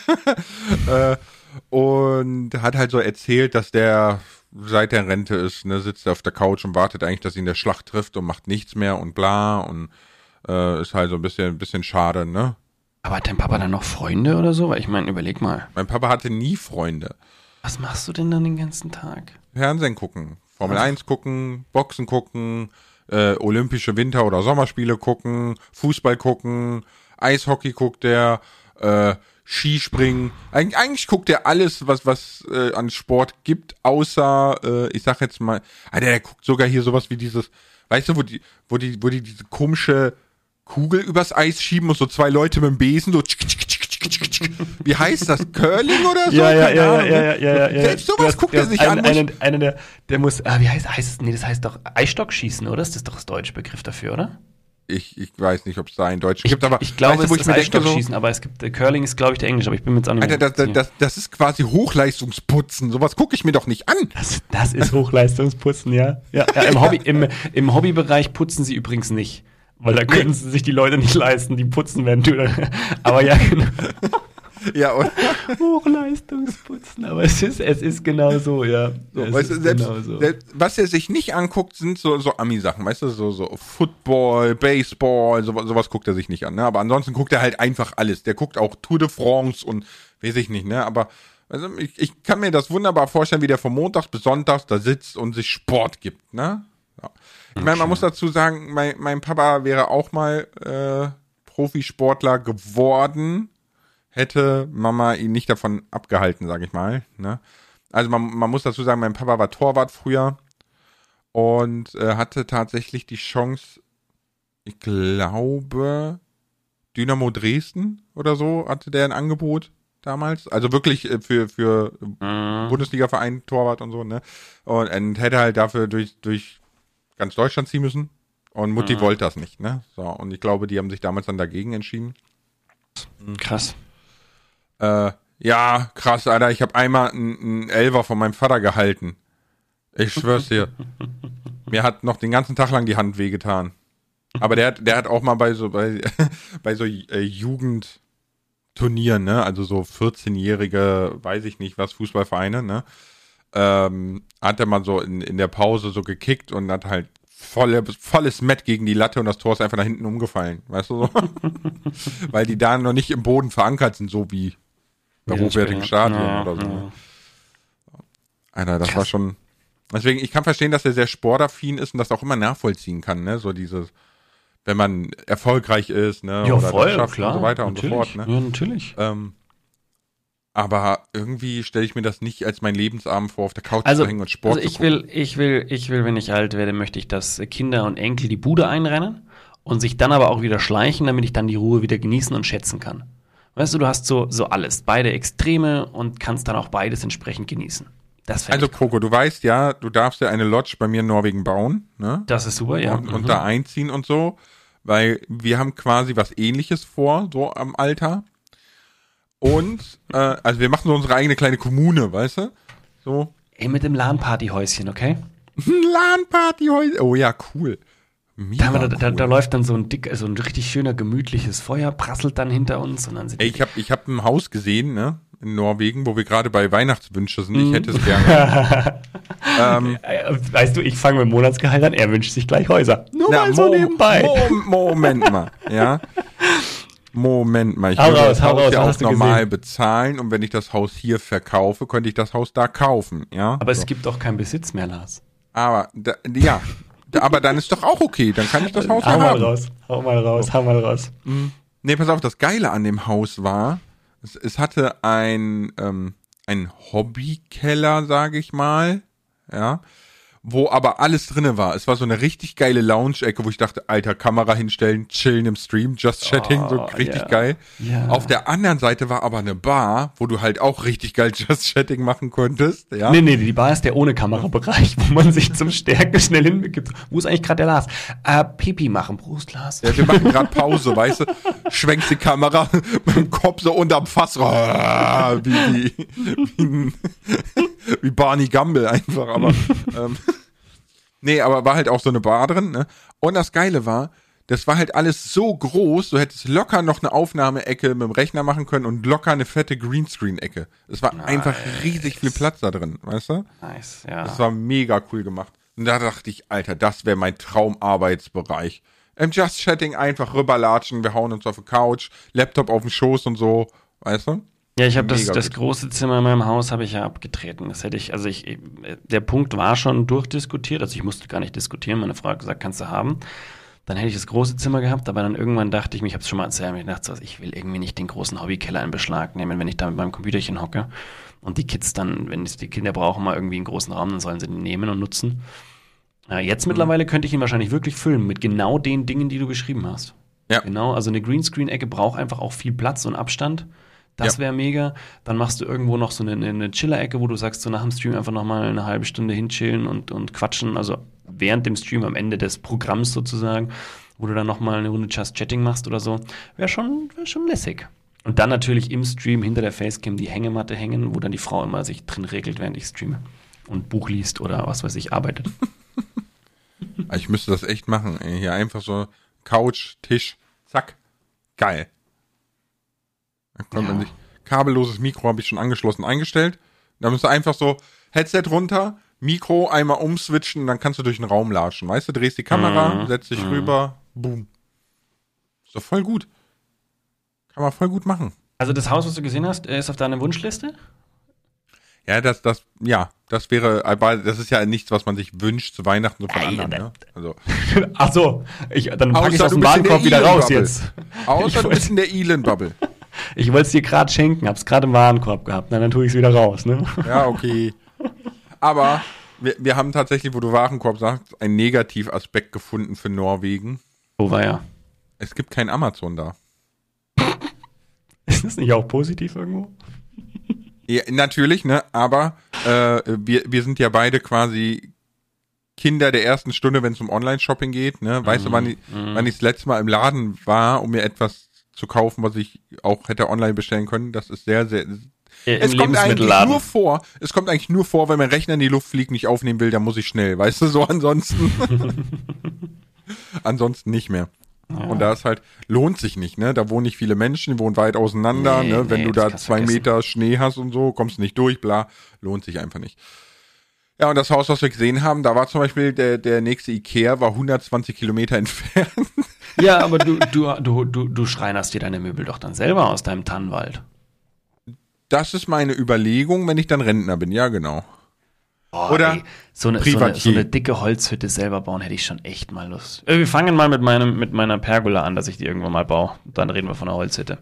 äh, und hat halt so erzählt, dass der seit der Rente ist, ne, sitzt er auf der Couch und wartet eigentlich, dass ihn der Schlag trifft und macht nichts mehr und bla und äh, ist halt so ein bisschen, ein bisschen schade, ne? Aber hat dein Papa dann noch Freunde oder so? Weil ich meine, überleg mal. Mein Papa hatte nie Freunde. Was machst du denn dann den ganzen Tag? Fernsehen gucken, Formel Ach. eins gucken, Boxen gucken, äh, Olympische Winter- oder Sommerspiele gucken, Fußball gucken, Eishockey guckt er, äh, Skispringen. Eig eigentlich guckt er alles, was was äh, an Sport gibt, außer, äh, ich sag jetzt mal, Alter, der guckt sogar hier sowas wie dieses, weißt du, wo die, wo die, wo die diese komische Kugel übers Eis schieben und so zwei Leute mit dem Besen so tschik, tschik, tschik, tschik, tschik, tschik. Wie heißt das? Curling oder so? Ja, ja, Keine ja, ja, Ahnung, ja, ne? ja, ja, ja. Selbst Du sowas hast- guckt du er hast sich einen, an. wo ich- Einen, einen der, der muss, ah, wie heißt, heißt, nee, das heißt doch Eisstockschießen, oder? Ist das doch das deutsche Begriff dafür, oder? Ich, ich weiß nicht, ob es da einen Deutschen gibt, aber ich glaube, weißt du, wo es ich ist mir denke, so, Eisstockschießen, aber es gibt, äh, Curling ist, glaube ich, der Englisch, aber ich bin mir jetzt auch nicht Alter, mehr das, das, das, das ist quasi Hochleistungsputzen. Sowas gucke ich mir doch nicht an. das, das ist Hochleistungsputzen, ja. Ja, ja im, Hobby, im, im Hobbybereich putzen sie übrigens nicht. Weil da können sie sich die Leute nicht leisten, die putzen, wenn du. Aber ja, genau. Ja, und Hochleistungsputzen, aber es ist, es ist genau so, ja. so, es weißt du, ist selbst, genau so. selbst, was er sich nicht anguckt, sind so, so Ami-Sachen, weißt du, so, so Football, Baseball, so, sowas guckt er sich nicht an, ne? Aber ansonsten guckt er halt einfach alles. Der guckt auch Tour de France und weiß ich nicht, ne? Aber also ich, ich kann mir das wunderbar vorstellen, wie der von Montags bis Sonntags da sitzt und sich Sport gibt, ne? Ja. Ich meine, man muss dazu sagen, mein, mein Papa wäre auch mal äh, Profisportler geworden, hätte Mama ihn nicht davon abgehalten, sag ich mal. Ne? Also man, man muss dazu sagen, mein Papa war Torwart früher und äh, hatte tatsächlich die Chance, ich glaube, Dynamo Dresden oder so hatte der ein Angebot damals. Also wirklich äh, für, für Mhm. Bundesliga-Verein, Torwart und so, ne? Und, und hätte halt dafür durch, durch ganz Deutschland ziehen müssen. Und Mutti Mhm. wollte das nicht, ne? So, und ich glaube, die haben sich damals dann dagegen entschieden. Krass. Äh, ja, krass, Alter. Ich habe einmal einen Elfer von meinem Vater gehalten. Ich schwör's dir. Mir hat noch den ganzen Tag lang die Hand wehgetan. Aber der hat, der hat auch mal bei so, bei, bei so äh, Jugendturnieren, ne, also so vierzehnjährige, weiß ich nicht was, Fußballvereine, ne, ähm, hat er mal so in, in der Pause so gekickt und hat halt volle, volles Met gegen die Latte und das Tor ist einfach nach hinten umgefallen, weißt du so? Weil die da noch nicht im Boden verankert sind, so wie bei Ja, hochwertigen ja. Stadien Ja, oder so. ja. Alter, das Krass. war schon. Deswegen, ich kann verstehen, dass er sehr sportaffin ist und das auch immer nachvollziehen kann, ne? So dieses, wenn man erfolgreich ist, ne? Ja, oder voll, das schafft klar. und so weiter natürlich. und so fort, ne? Ja, natürlich. Ähm, aber irgendwie stelle ich mir das nicht als mein Lebensabend vor, auf der Couch Also, zu hängen und Sport also ich zu gucken. will, ich will, ich will, wenn ich alt werde, möchte ich, dass Kinder und Enkel die Bude einrennen und sich dann aber auch wieder schleichen, damit ich dann die Ruhe wieder genießen und schätzen kann. Weißt du, du hast so, so alles, beide Extreme und kannst dann auch beides entsprechend genießen. Das fänd Also, ich cool. Coco, du weißt ja, du darfst ja eine Lodge bei mir in Norwegen bauen, ne? Das ist super, ja. Und, und Mhm. da einziehen und so, weil wir haben quasi was Ähnliches vor, so am Alter. Und, äh, also wir machen so unsere eigene kleine Kommune, weißt du? So. Ey, mit dem LAN-Partyhäuschen, okay? LAN-Party heute. Oh ja, cool. Mega Da, da, da, cool. da läuft dann so ein dick, so ein richtig schöner, gemütliches Feuer, prasselt dann hinter uns und dann sind Ey, ich habe ich hab ein Haus gesehen, ne? In Norwegen, wo wir gerade bei Weihnachtswünsche sind. Ich hätte es gerne. ähm, Äh, Weißt du, ich fange mit Monatsgehalt an, er wünscht sich gleich Häuser. Nur na, mal so Mo- nebenbei. Mo- Moment mal, ja. Moment mal, ich Hau würde raus, das hau Haus raus, ja was auch hast du normal gesehen? bezahlen und wenn ich das Haus hier verkaufe, könnte ich das Haus da kaufen, ja. Aber so. es gibt doch keinen Besitz mehr, Lars. Aber, da, ja, Aber dann ist doch auch okay, dann kann ich das Haus hau ja mal haben. raus, hau mal raus, hau mal raus. Nee, pass auf, das Geile an dem Haus war, es, es hatte ein, ähm, ein Hobbykeller, sage ich mal, ja, wo aber alles drinne war. Es war so eine richtig geile Lounge-Ecke, wo ich dachte, alter, Kamera hinstellen, chillen im Stream, Just Chatting, oh, so richtig yeah. geil. Yeah. Auf der anderen Seite war aber eine Bar, wo du halt auch richtig geil Just Chatting machen konntest. Ja? Nee, nee, die Bar ist der ohne Kamerabereich, wo man sich zum Stärken schnell hinbegibt. Wo ist eigentlich gerade der Lars? Äh, Pipi machen, Prost, Lars. Ja, wir machen gerade Pause, weißt du? Schwenkst die Kamera mit dem Kopf so unterm Fass. Wie, wie, wie, wie Barney Gumble einfach, aber ähm, nee, aber war halt auch so eine Bar drin, ne? Und das Geile war, das war halt alles so groß, du hättest locker noch eine Aufnahmeecke mit dem Rechner machen können und locker eine fette Greenscreen-Ecke. Es war nice. Einfach riesig viel Platz da drin, weißt du? Nice, ja. Das war mega cool gemacht. Und da dachte ich, Alter, das wäre mein Traumarbeitsbereich. Im Just Chatting einfach rüberlatschen, wir hauen uns auf die Couch, Laptop auf den Schoß und so, weißt du? Ja, ich habe das, das große Zimmer in meinem Haus habe ich ja abgetreten. Das hätte ich, also ich, der Punkt war schon durchdiskutiert, also ich musste gar nicht diskutieren. Meine Frau hat gesagt, kannst du haben. Dann hätte ich das große Zimmer gehabt, aber dann irgendwann dachte ich mir, ich habe es schon mal erzählt, ich dachte, ich will irgendwie nicht den großen Hobbykeller in Beschlag nehmen, wenn ich da mit meinem Computerchen hocke. Und die Kids dann, wenn es die Kinder brauchen mal irgendwie einen großen Raum, dann sollen sie den nehmen und nutzen. Ja, jetzt mhm. mittlerweile könnte ich ihn wahrscheinlich wirklich füllen mit genau den Dingen, die du beschrieben hast. Ja. Genau, also eine Greenscreen-Ecke braucht einfach auch viel Platz und Abstand. Das wäre ja. mega. Dann machst du irgendwo noch so eine, eine Chiller-Ecke, wo du sagst, so nach dem Stream einfach noch mal eine halbe Stunde hinchillen und, und quatschen. Also während dem Stream, am Ende des Programms sozusagen, wo du dann noch mal eine Runde Just Chatting machst oder so. Wäre schon, wär schon lässig. Und dann natürlich im Stream hinter der Facecam die Hängematte hängen, wo dann die Frau immer sich drin regelt, während ich streame. Und Buch liest oder was weiß ich, arbeitet. Ich müsste das echt machen. Ey. Hier einfach so Couch, Tisch, zack, geil. Da kommt ja. man sich, kabelloses Mikro habe ich schon angeschlossen eingestellt. Da musst du einfach so Headset runter, Mikro einmal umswitchen und dann kannst du durch den Raum latschen. Weißt du, drehst die Kamera, mhm. setzt dich mhm. rüber, boom. Ist doch voll gut. Kann man voll gut machen. Also das Haus, was du gesehen hast, ist auf deiner Wunschliste? Ja, das, das, ja, das wäre, aber das ist ja nichts, was man sich wünscht zu Weihnachten so von anderen, ne? Also. Ach so, ich, dann packe ich aus dem Warenkorb wieder raus jetzt. Außer du bist in der Elon-Bubble. Ich wollte es dir gerade schenken, hab's gerade im Warenkorb gehabt, na, dann tue ich es wieder raus, ne? Ja, okay. Aber wir, wir haben tatsächlich, wo du Warenkorb sagst, einen Negativaspekt gefunden für Norwegen. Wo war er? Es gibt kein Amazon da. Ist das nicht auch positiv irgendwo? Ja, natürlich, ne? Aber äh, wir, wir sind ja beide quasi Kinder der ersten Stunde, wenn es um Online-Shopping geht, ne? Weißt mm, du, wann ich, mm. wann ich das letzte Mal im Laden war, um mir etwas zu kaufen, was ich auch hätte online bestellen können? Das ist sehr, sehr. Ja, es kommt eigentlich nur vor, es kommt eigentlich nur vor, wenn mein Rechner in die Luft fliegt, nicht aufnehmen will, dann muss ich schnell, weißt du, so ansonsten. ansonsten nicht mehr. Ja. Und da ist halt, lohnt sich nicht, ne? Da wohnen nicht viele Menschen, die wohnen weit auseinander, nee, ne? Wenn nee, du da zwei vergessen. Meter Schnee hast und so, kommst du nicht durch, bla, lohnt sich einfach nicht. Ja, und das Haus, was wir gesehen haben, da war zum Beispiel der, der nächste Ikea, war hundertzwanzig Kilometer entfernt. Ja, aber du, du, du, du, du schreinerst dir deine Möbel doch dann selber aus deinem Tannenwald. Das ist meine Überlegung, wenn ich dann Rentner bin, ja genau. Oh, oder ey, so, eine, so, eine, so eine dicke Holzhütte selber bauen, hätte ich schon echt mal Lust. Wir fangen mal mit, meinem, mit meiner Pergola an, dass ich die irgendwann mal baue. Dann reden wir von einer Holzhütte.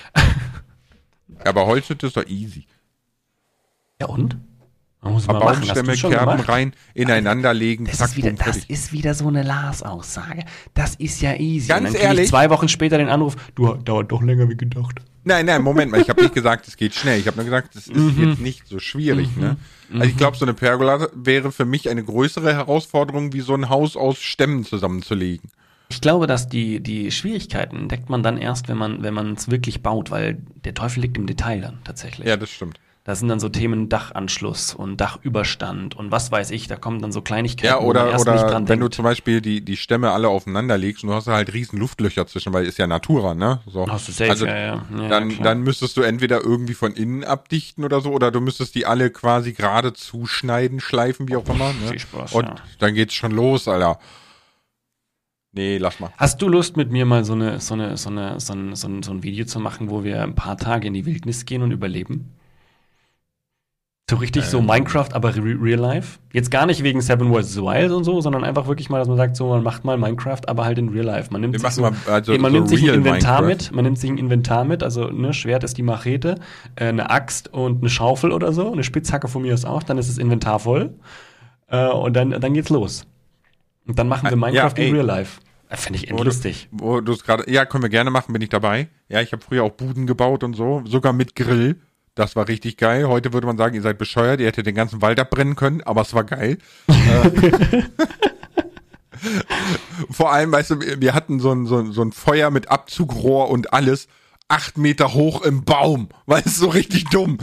Aber Holzhütte ist doch easy. Ja und? Man muss mal Baumstämme, Kerben rein, ineinander legen. Das, zack, ist, wieder, boom, das ist wieder so eine Lars-Aussage. Das ist ja easy. Ganz und dann ehrlich. Ich zwei Wochen später den Anruf, du, dauert doch länger wie gedacht. Nein, nein, Moment mal. Ich habe nicht gesagt, es geht schnell. Ich habe nur gesagt, es ist mhm. jetzt nicht so schwierig. Mhm. Ne? Also ich glaube, so eine Pergola wäre für mich eine größere Herausforderung, wie so ein Haus aus Stämmen zusammenzulegen. Ich glaube, dass die, die Schwierigkeiten entdeckt man dann erst, wenn man wenn man es wirklich baut, weil der Teufel liegt im Detail dann tatsächlich. Ja, das stimmt. Da sind dann so Themen Dachanschluss und Dachüberstand und was weiß ich, da kommen dann so Kleinigkeiten, ja, oder, wo man erst oder nicht dran wenn denkt. du zum Beispiel die, die Stämme alle aufeinander legst und du hast halt riesen Luftlöcher zwischen, weil ist ja Natura, ne? So. Hast du safe, also, ja, ja. ja dann, klar. dann müsstest du entweder irgendwie von innen abdichten oder so, oder du müsstest die alle quasi gerade zuschneiden, schleifen, wie auch immer. Ne? Viel Spaß, und ja. dann geht's schon los, Alter. Nee, lass mal. Hast du Lust, mit mir mal so eine, so eine, so eine, so ein, so ein, so ein Video zu machen, wo wir ein paar Tage in die Wildnis gehen und überleben? So richtig Ähm. so Minecraft, aber re real life. Jetzt gar nicht wegen Seven versus. Wild und so, sondern einfach wirklich mal, dass man sagt, so, man macht mal Minecraft, aber halt in real life. Man nimmt Wir sich, machen so, mal, also man so nimmt sich ein real Inventar Minecraft. mit, man nimmt sich ein Inventar mit, also ne, Schwert ist die Machete, äh, eine Axt und eine Schaufel oder so, eine Spitzhacke von mir ist auch, dann ist das Inventar voll äh, und dann, dann geht's los. Und dann machen wir Minecraft Ja, ey. in real life. Äh, Finde ich Wo du- lustig. Wo du es gerade, ja, können wir gerne machen, bin ich dabei. Ja, ich habe früher auch Buden gebaut und so, sogar mit Grill. Das war richtig geil. Heute würde man sagen, ihr seid bescheuert, ihr hättet den ganzen Wald abbrennen können, aber es war geil. Äh, Vor allem, weißt du, wir hatten so ein, so, ein, so ein Feuer mit Abzugrohr und alles, acht Meter hoch im Baum. Weißt du, so richtig dumm.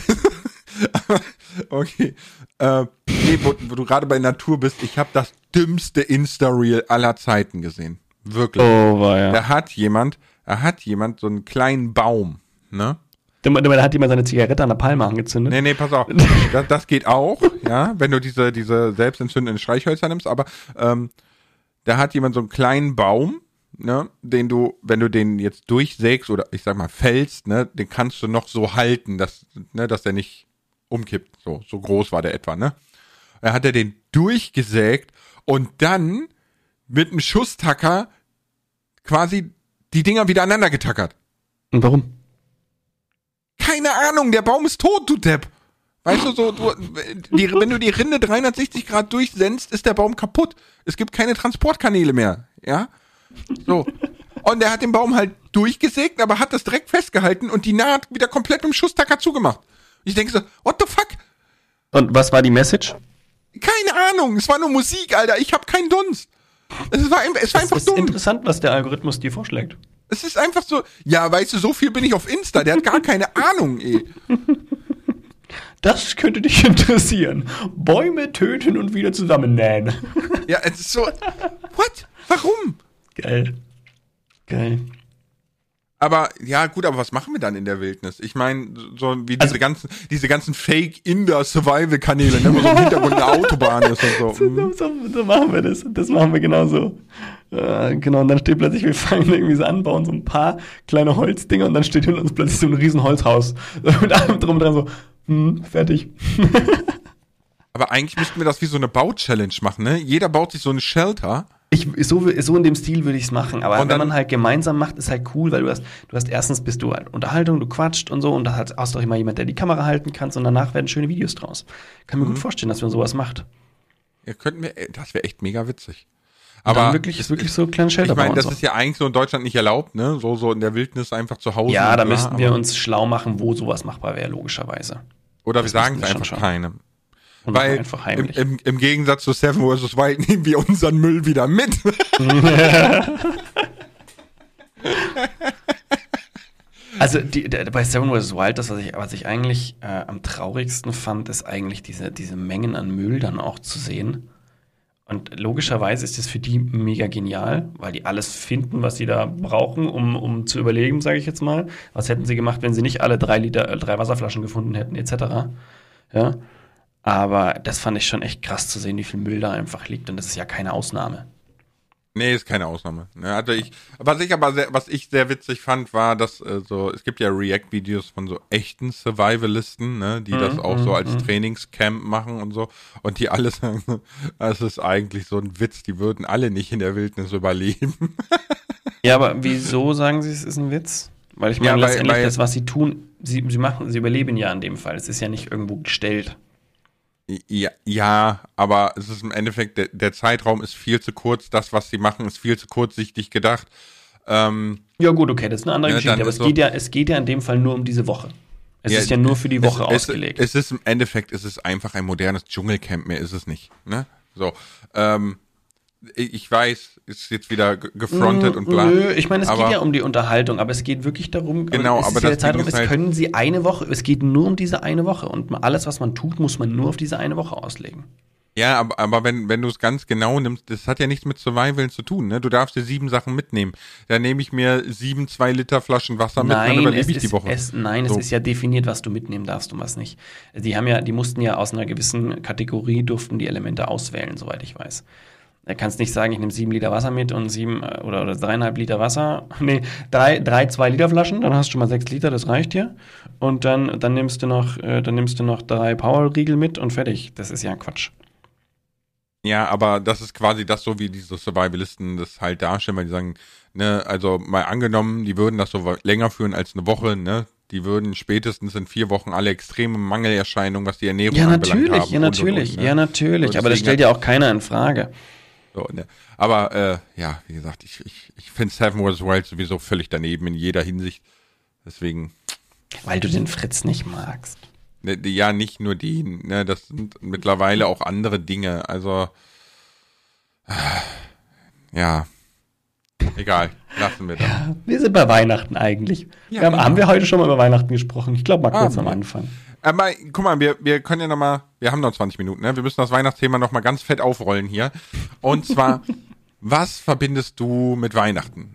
Okay. Äh, nee, wo, wo du gerade bei Natur bist, ich habe das dümmste Insta-Reel aller Zeiten gesehen. Wirklich. Oh, war ja. Da hat jemand, da hat jemand so einen kleinen Baum, ne? Da hat jemand seine Zigarette an der Palme angezündet. Nee, nee, pass auf. Das, das geht auch, ja, wenn du diese, diese selbstentzündenden Streichhölzer nimmst, aber ähm, da hat jemand so einen kleinen Baum, ne, den du, wenn du den jetzt durchsägst oder ich sag mal fällst, ne, den kannst du noch so halten, dass, ne, dass der nicht umkippt. So, so groß war der etwa, ne? Da hat er den durchgesägt und dann mit einem Schusstacker quasi die Dinger wieder aneinander getackert. Und warum? Keine Ahnung, der Baum ist tot, du Depp. Weißt du, so, du, die, wenn du die Rinde dreihundertsechzig Grad durchsendst, ist der Baum kaputt. Es gibt keine Transportkanäle mehr, ja? So. Und er hat den Baum halt durchgesägt, aber hat das direkt festgehalten und die Naht wieder komplett mit dem Schusstacker zugemacht. Ich denke so, what the fuck? Und was war die Message? Keine Ahnung, es war nur Musik, Alter, ich hab keinen Dunst. Es war, es war Es einfach ist dumm. interessant, was der Algorithmus dir vorschlägt. Es ist einfach so, ja, weißt du, so viel bin ich auf Insta, der hat gar keine Ahnung, ey. Das könnte dich interessieren. Bäume töten und wieder zusammennähen. Ja, es ist so, what? Warum? Geil. Geil. Aber, ja, gut, aber was machen wir dann in der Wildnis? Ich meine, so wie diese Also- ganzen, diese ganzen Fake-Inder-Survival-Kanäle, ne, wo so im Hintergrund eine Autobahn ist und so. Mhm. So, so, so machen wir das. Das machen wir genauso. Äh, genau, und dann steht plötzlich, wir fangen irgendwie so an, bauen so ein paar kleine Holzdinger und dann steht hinter uns plötzlich so ein riesen Holzhaus. Mit allem drum und dran so, hm, fertig. Aber eigentlich müssten wir das wie so eine Bau-Challenge machen, ne? Jeder baut sich so ein Shelter. Ich, so, so in dem Stil würde ich es machen, aber Und wenn dann- man halt gemeinsam macht, ist halt cool, weil du hast, du hast erstens bist du halt Unterhaltung, du quatscht und so und da hast hast du auch immer jemand, der die Kamera halten kannst und danach werden schöne Videos draus. Kann mir Mhm. gut vorstellen, dass man sowas macht. Ja, könnten wir, ey, das wäre echt mega witzig. Aber Aber wirklich, ist wirklich so kleine Shelter ich meine, bauen das und so. ist ja eigentlich so in Deutschland nicht erlaubt, ne? So, so in der Wildnis einfach zu Hause. Ja, und da bla, müssten wir aber- uns schlau machen, wo sowas machbar wäre, logischerweise. Oder wir das sagen müssten es wir schon einfach schauen. keinem. Und machen Weil einfach im, heimlich. im, im Gegensatz zu Seven versus. Wild nehmen wir unseren Müll wieder mit. Also die, der, bei Seven versus. Wild, das, was ich, was ich eigentlich äh, am traurigsten fand, ist eigentlich diese, diese Mengen an Müll dann auch zu sehen. Und logischerweise ist das für die mega genial, weil die alles finden, was sie da brauchen, um, um zu überleben, sage ich jetzt mal. Was hätten sie gemacht, wenn sie nicht alle drei Liter, äh, drei Wasserflaschen gefunden hätten, et cetera. Ja. Aber das fand ich schon echt krass zu sehen, wie viel Müll da einfach liegt. Und das ist ja keine Ausnahme. Nee, ist keine Ausnahme. Ne, also ich, was ich aber sehr, was ich sehr witzig fand, war, dass äh, so, es gibt ja React-Videos von so echten Survivalisten, ne, die Mhm, das auch so als mhm. Trainingscamp machen und so. Und die alle sagen, so, das ist eigentlich so ein Witz, die würden alle nicht in der Wildnis überleben. Ja, aber wieso sagen sie, es ist ein Witz? Weil ich meine, Ja, weil- letztendlich weil- das, was sie tun, sie, sie machen, sie überleben ja in dem Fall. Es ist ja nicht irgendwo gestellt. Ja, ja, aber es ist im Endeffekt, der, der Zeitraum ist viel zu kurz, das, was sie machen, ist viel zu kurzsichtig gedacht. Ähm, Ja gut, okay, das ist eine andere Ja, Geschichte. dann Aber ist es so- geht ja, es geht ja in dem Fall nur um diese Woche. Es Ja, ist ja nur für die Woche es, ausgelegt. Es, es ist im Endeffekt, es ist einfach ein modernes Dschungelcamp, mehr ist es nicht. Ne? So, ähm, ich ich weiß, ist jetzt wieder ge- gefrontet und bla. Nö, ich meine, es aber, geht ja um die Unterhaltung, aber es geht wirklich darum, Genau, es aber ist ja das der Zeitraum, Ding ist es halt- können sie eine Woche, es geht nur um diese eine Woche und alles, was man tut, muss man nur auf diese eine Woche auslegen. Ja, aber, aber wenn, wenn du es ganz genau nimmst, das hat ja nichts mit Survival zu tun. Ne? Du darfst dir sieben Sachen mitnehmen. Da nehme ich mir sieben zwei Liter Flaschen Wasser mit und dann Nein, es überlebe ich ist, die Woche. Es, nein, So. es ist ja definiert, was du mitnehmen darfst und was nicht. Die haben ja, die mussten ja aus einer gewissen Kategorie durften die Elemente auswählen, soweit ich weiß. Da kannst nicht sagen, ich nehme sieben Liter Wasser mit und sieben äh, oder, oder dreieinhalb Liter Wasser. Nee, drei, drei zwei Liter Flaschen, dann hast du schon mal sechs Liter, das reicht dir. Und dann, dann nimmst du noch, äh, dann nimmst du noch drei Powerriegel mit und fertig. Das ist ja Quatsch. Ja, aber das ist quasi das, so wie diese Survivalisten das halt darstellen, weil die sagen, ne, also mal angenommen, die würden das so länger führen als eine Woche, ne, die würden spätestens in vier Wochen alle extreme Mangelerscheinungen, was die Ernährung ja, anbelangt natürlich, haben. Ja, natürlich, und, und, ne? ja, natürlich, so, aber das stellt ja auch keiner in Frage. So, ne. Aber, äh, ja, wie gesagt, ich, ich, ich finde Seven Wonders Wild sowieso völlig daneben in jeder Hinsicht, deswegen. Weil du den Fritz nicht magst. Ja, nicht nur die, ne, das sind mittlerweile auch andere Dinge, also äh, ja, egal, lassen wir das. Ja, wir sind bei Weihnachten eigentlich. Ja, wir haben, genau. haben wir heute schon mal über Weihnachten gesprochen? Ich glaube mal kurz ah, am Anfang. Aber guck mal, wir, wir können ja nochmal, wir haben noch zwanzig Minuten, ne? Wir müssen das Weihnachtsthema nochmal ganz fett aufrollen hier. Und zwar, was verbindest du mit Weihnachten?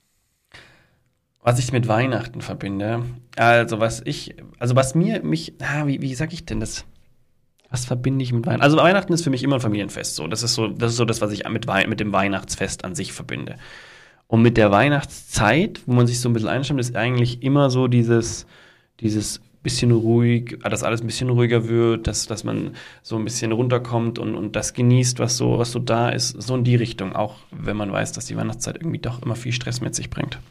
Was ich mit Weihnachten verbinde, also was ich, also was mir, mich, ah, wie, wie sag ich denn das? Was verbinde ich mit Weihnachten? Also Weihnachten ist für mich immer ein Familienfest, so. Das ist so, das ist so das, was ich mit, Wei- mit dem Weihnachtsfest an sich verbinde. Und mit der Weihnachtszeit, wo man sich so ein bisschen einstimmt, ist eigentlich immer so dieses, dieses bisschen ruhig, dass alles ein bisschen ruhiger wird, dass, dass man so ein bisschen runterkommt und, und das genießt, was so, was so da ist, so in die Richtung, auch wenn man weiß, dass die Weihnachtszeit irgendwie doch immer viel Stress mit sich bringt.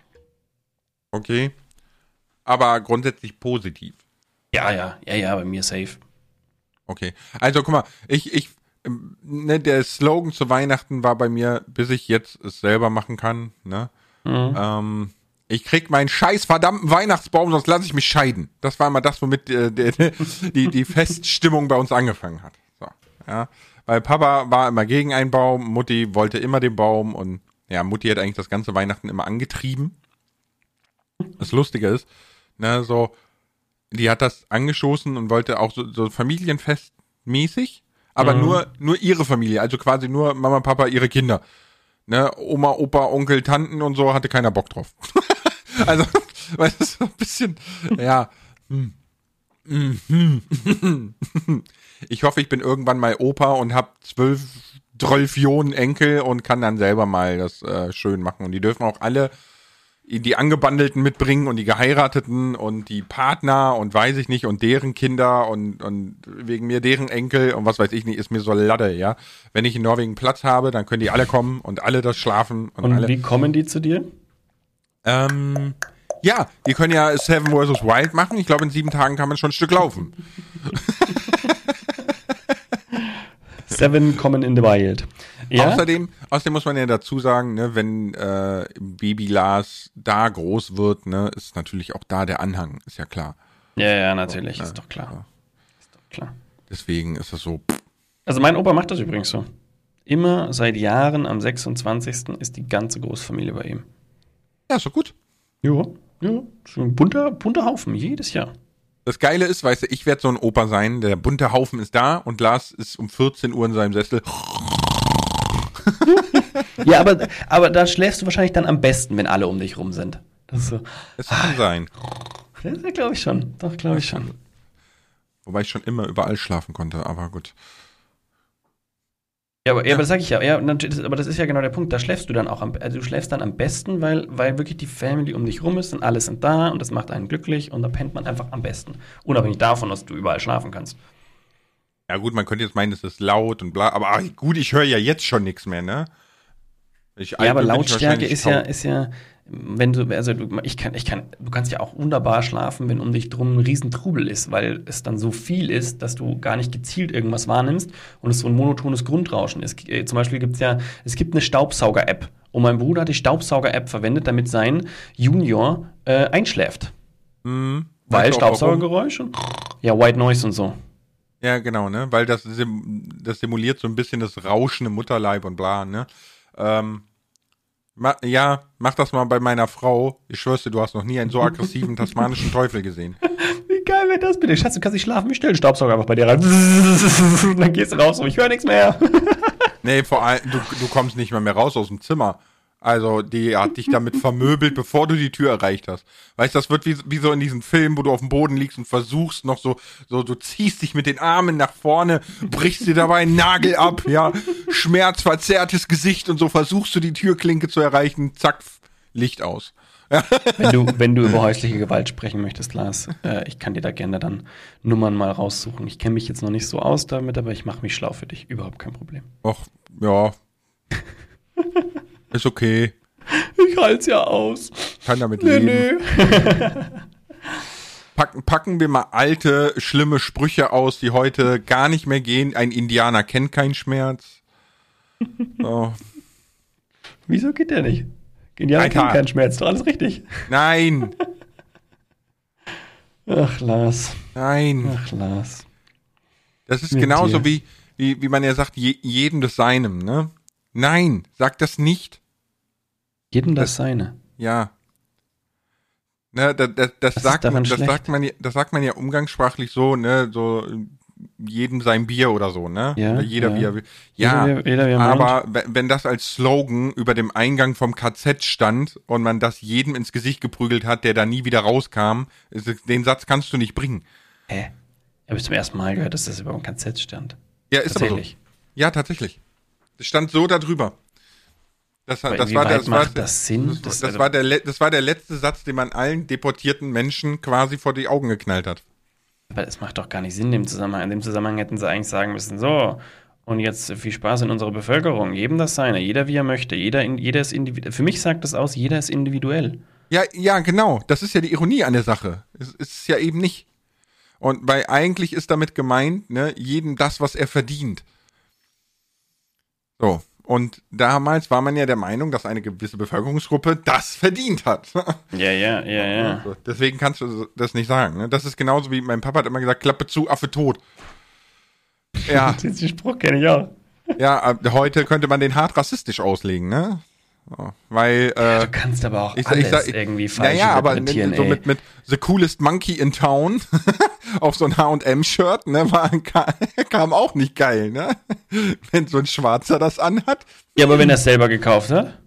Okay. Aber grundsätzlich positiv. Ja, ja, ja, ja, bei mir safe. Okay. Also guck mal, ich, ich, ne, der Slogan zu Weihnachten war bei mir, bis ich jetzt es selber machen kann, ne? Mhm. Ähm, ich krieg meinen scheiß verdammten Weihnachtsbaum, sonst lasse ich mich scheiden. Das war immer das, womit äh, die, die, die Feststimmung bei uns angefangen hat. So, ja. Weil Papa war immer gegen einen Baum, Mutti wollte immer den Baum und ja, Mutti hat eigentlich das ganze Weihnachten immer angetrieben. Das Lustige ist, ne, so, die hat das angestoßen und wollte auch so, so familienfestmäßig, aber mhm. nur, nur ihre Familie, also quasi nur Mama, Papa, ihre Kinder. Ne, Oma, Opa, Onkel, Tanten und so hatte keiner Bock drauf. Also, weil das so ein bisschen, ja, hm, hm, hm. Ich hoffe, ich bin irgendwann mal Opa und hab zwölf, zwölf Millionen Enkel und kann dann selber mal das äh, schön machen. Und die dürfen auch alle die Angebandelten mitbringen und die Geheirateten und die Partner und weiß ich nicht und deren Kinder und, und wegen mir deren Enkel und was weiß ich nicht, ist mir so Latte, ja. Wenn ich in Norwegen Platz habe, dann können die alle kommen und alle das schlafen. Und, und alle. Wie kommen die zu dir? Ähm, ja, die können ja Seven versus Wild machen. Ich glaube, in sieben Tagen kann man schon ein Stück laufen. Seven kommen in the Wild. Ja? Außerdem, außerdem muss man ja dazu sagen, ne, wenn äh, Baby Lars da groß wird, ne, ist natürlich auch da der Anhang, ist ja klar. Ja, ja, natürlich, so, ist ne, doch klar. Ja. Ist doch klar. Deswegen ist das so. Also mein Opa macht das übrigens so. Immer seit Jahren am sechsundzwanzigsten ist die ganze Großfamilie bei ihm. Ja, ist doch gut. Ja, ja, so ein bunter, bunter Haufen, jedes Jahr. Das Geile ist, weißt du, ich werde so ein Opa sein, der bunte Haufen ist da und Lars ist um vierzehn Uhr in seinem Sessel. Ja, aber, aber da schläfst du wahrscheinlich dann am besten, wenn alle um dich rum sind. Das ist so. Das kann sein. Das glaube ich schon. Doch, glaube ich schon. Wobei ich schon immer überall schlafen konnte, aber gut. Ja, aber, ja. aber das sage ich ja. ja aber das ist ja genau der Punkt. Da schläfst du dann auch am, also du schläfst dann am besten, weil, weil wirklich die Family um dich rum ist und alle sind da und das macht einen glücklich und da pennt man einfach am besten. Unabhängig davon, dass du überall schlafen kannst. Ja gut, man könnte jetzt meinen, es ist laut und bla, aber ach, gut, ich höre ja jetzt schon nichts mehr, ne? Ich, ja, aber Lautstärke ist ja, ist ja, wenn du, also du, ich kann, ich kann, du kannst ja auch wunderbar schlafen, wenn um dich drum ein Riesentrubel ist, weil es dann so viel ist, dass du gar nicht gezielt irgendwas wahrnimmst und es so ein monotones Grundrauschen ist. Zum Beispiel gibt es ja, es gibt eine Staubsauger-App und mein Bruder hat die Staubsauger-App verwendet, damit sein Junior äh, einschläft. Mhm. Weil Staubsaugergeräusch und ja, White Noise und so. Ja, genau, ne? Weil das, das simuliert so ein bisschen das Rauschen im Mutterleib und bla, ne? Ähm, ma, ja, mach das mal bei meiner Frau. Ich schwör's dir, du hast noch nie einen so aggressiven tasmanischen Teufel gesehen. Wie geil wäre das bitte? Schatz, du kannst nicht schlafen, ich stell den Staubsauger einfach bei dir rein. Und dann gehst du raus und ich höre nichts mehr. Nee, vor allem, du, du kommst nicht mehr, mehr raus aus dem Zimmer. Also, die hat dich damit vermöbelt, bevor du die Tür erreicht hast. Weißt du, das wird wie, wie so in diesen Filmen, wo du auf dem Boden liegst und versuchst noch so, so, du ziehst dich mit den Armen nach vorne, brichst dir dabei einen Nagel ab, ja, schmerzverzerrtes Gesicht und so versuchst du die Türklinke zu erreichen, zack, Licht aus. Wenn du, wenn du über häusliche Gewalt sprechen möchtest, Lars, äh, ich kann dir da gerne dann Nummern mal raussuchen. Ich kenne mich jetzt noch nicht so aus damit, aber ich mache mich schlau für dich. Überhaupt kein Problem. Ach, ja. Ist okay. Ich halte es ja aus. Kann damit Nö, leben. nö. Packen, packen wir mal alte, schlimme Sprüche aus, die heute gar nicht mehr gehen. Ein Indianer kennt keinen Schmerz. Oh. Wieso geht der nicht? Indianer Alter. kennen keinen Schmerz, doch alles richtig. Nein, Ach, Lars. nein. Ach, Lars. Das ist Mit genauso dir. wie, wie, wie man ja sagt, je, jedem das Seinem, ne? Nein, sag das nicht. Jedem das seine. Ja. Ne, das, das, das, Was ist sagt, daran man, das, schlecht? sagt man, ja- das sagt man ja umgangssprachlich so, ne, so jedem sein Bier oder so, ne? Ja, Oder jeder ja. wie er will. Ja, Jeder, jeder, wie er meint. aber wenn wenn das als Slogan über dem Eingang vom K Z stand und man das jedem ins Gesicht geprügelt hat, der da nie wieder rauskam, ist es- den Satz kannst du nicht bringen. Hä? Habe ich zum ersten Mal gehört, dass das über dem K Z stand. Ja, ist aber so. Tatsächlich. Ja, tatsächlich. Das stand so da drüber. Das, Aber das, war, der- inwieweit das, war, macht das Sinn? das, Das- das, war der, le- das war der letzte Satz, den man allen deportierten Menschen quasi vor die Augen geknallt hat. Aber es macht doch gar nicht Sinn in dem Zusammenhang. In dem Zusammenhang hätten sie eigentlich sagen müssen, so, und jetzt viel Spaß in unserer Bevölkerung. Jedem das seine, jeder wie er möchte. Jeder, in, jeder ist individuell. Für mich sagt das aus, jeder ist individuell. Ja, ja, genau. Das ist ja die Ironie an der Sache. Es ist ja eben nicht. Und weil eigentlich ist damit gemeint, ne, jedem das, was er verdient. So. Und damals war man ja der Meinung, dass eine gewisse Bevölkerungsgruppe das verdient hat. Ja, ja, ja, ja. Also, deswegen kannst du das nicht sagen. Ne? Das ist genauso wie mein Papa hat immer gesagt, Klappe zu, Affe tot. Ja, Den Spruch kenne ich auch. ja, ab- heute könnte man den hart rassistisch auslegen, ne? So, weil, äh, Du kannst aber auch ich sag- alles ich sag- ich- irgendwie falsch naja, aber interpretieren, ne, so ey. mit, mit The Coolest Monkey in Town auf so ein H und M-Shirt, ne, war, ka- kam auch nicht geil, ne? Wenn so ein Schwarzer das anhat. Ja, aber wenn er es selber gekauft hat?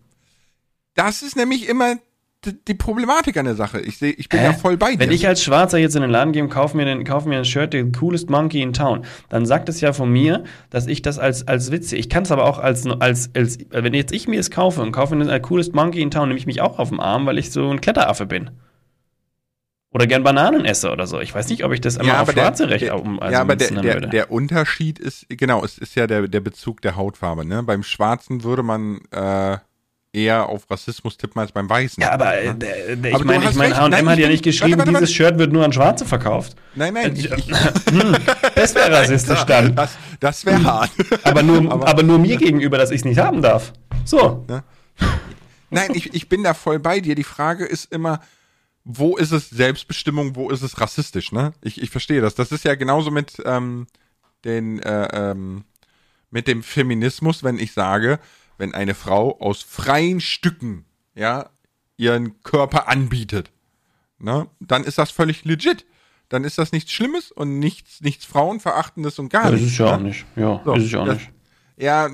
Das ist nämlich immer d- die Problematik an der Sache. Ich sehe, ich bin Hä? ja voll bei dir. Wenn ich als Schwarzer jetzt in den Laden gehe und kaufe mir, den, kaufe mir ein Shirt, den Coolest Monkey in Town, dann sagt es ja von mir, dass ich das als, als Witz sehe. Ich kann es aber auch als, als, als, wenn jetzt ich mir es kaufe und kaufe mir den Coolest Monkey in Town, nehme ich mich auch auf den Arm, weil ich so ein Kletteraffe bin. Oder gern Bananen esse oder so. Ich weiß nicht, ob ich das immer Ja, auf aber der- Schwarze recht der- um, also ja, aber der, umziehen der, würde. der Unterschied ist, genau, es ist ja der, der Bezug der Hautfarbe, ne? Beim Schwarzen würde man äh, eher auf Rassismus tippen als beim Weißen. Ja, aber äh, ne? der, der, Aber ich du meine, hast ich mein, recht. H und M Nein, hat ich ja bin- nicht geschrieben, warte, warte, dieses Shirt wird nur an Schwarze verkauft. Nein, nein, ich, ich, Das wäre rassistisch dann. das, das wäre hart. Aber nur, aber, Aber- nur mir gegenüber, dass ich es nicht haben darf. So. Nein, ich, ich bin da voll bei dir. Die Frage ist immer, wo ist es Selbstbestimmung, wo ist es rassistisch, ne? Ich, ich verstehe das. Das ist ja genauso mit ähm, den äh, ähm, mit dem Feminismus, wenn ich sage, wenn eine Frau aus freien Stücken, ja, ihren Körper anbietet, ne, dann ist das völlig legit. Dann ist das nichts Schlimmes und nichts, nichts Frauenverachtendes und gar Ja, nichts. ist es ja ne? auch nicht. Ja, So, ist es ja auch das- nicht. Ja,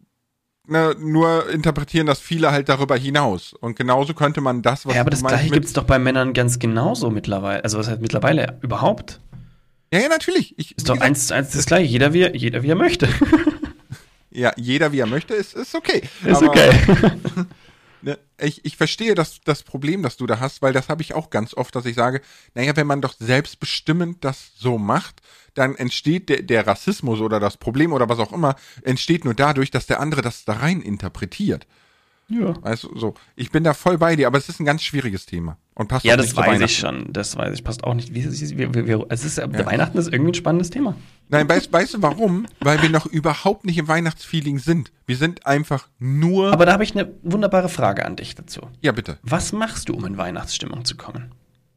ne, nur interpretieren das viele halt darüber hinaus. Und genauso könnte man das, was Ja, aber du das meinst gleiche mit- gibt es doch bei Männern ganz genauso mittlerweile. Also was heißt mittlerweile überhaupt? Ja, ja, natürlich. Ich, Ist wie doch gesagt, eins zu eins das gleiche. Jeder wie, er- jeder wie er möchte. ja, jeder wie er möchte, ist, ist okay. Ist Aber, okay. Ne, ich, ich verstehe das, das Problem, das du da hast, weil das habe ich auch ganz oft, dass ich sage, naja, wenn man doch selbstbestimmend das so macht, dann entsteht der, der Rassismus oder das Problem oder was auch immer, entsteht nur dadurch, dass der andere das da rein interpretiert. Ja. Weißt du, so. Ich bin da voll bei dir, aber es ist ein ganz schwieriges Thema. Und passt Ja, auch das nicht zu weiß Weihnachten. ich schon. Das weiß ich. Passt auch nicht. Wie, wie, wie, wie, es ist, ja. Weihnachten ist irgendwie ein spannendes Thema. Nein, weißt, weißt du warum? Weil wir noch überhaupt nicht im Weihnachtsfeeling sind. Wir sind einfach nur. Aber da habe ich eine wunderbare Frage an dich dazu. Ja, bitte. Was machst du, um in Weihnachtsstimmung zu kommen?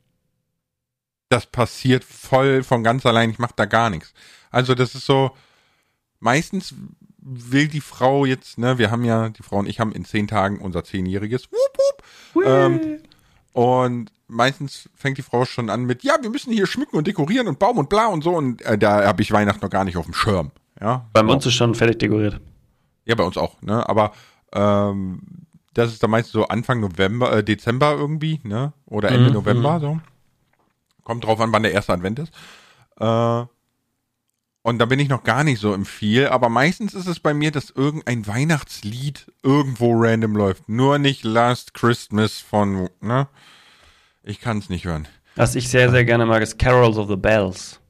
Das passiert voll von ganz allein. Ich mache da gar nichts. Also das ist so. Meistens will die Frau jetzt, ne, wir haben ja, die Frau und ich haben in zehn Tagen unser zehnjähriges. Wup, wup, ähm, und meistens fängt die Frau schon an mit, ja, wir müssen hier schmücken und dekorieren und Baum und bla und so. Und äh, da habe ich Weihnachten noch gar nicht auf dem Schirm. Ja, Bei so. uns ist schon fertig dekoriert. Ja, bei uns auch, ne? Aber ähm, das ist dann meistens so Anfang November, äh, Dezember irgendwie, ne? Oder Ende Mhm, November, so. Kommt drauf an, wann der erste Advent ist. Äh, Und da bin ich noch gar nicht so im Viel, aber meistens ist es bei mir, dass irgendein Weihnachtslied irgendwo random läuft. Nur nicht Last Christmas von, ne? Ich kann es nicht hören. Was ich sehr, sehr gerne mag, ist Carols of the Bells.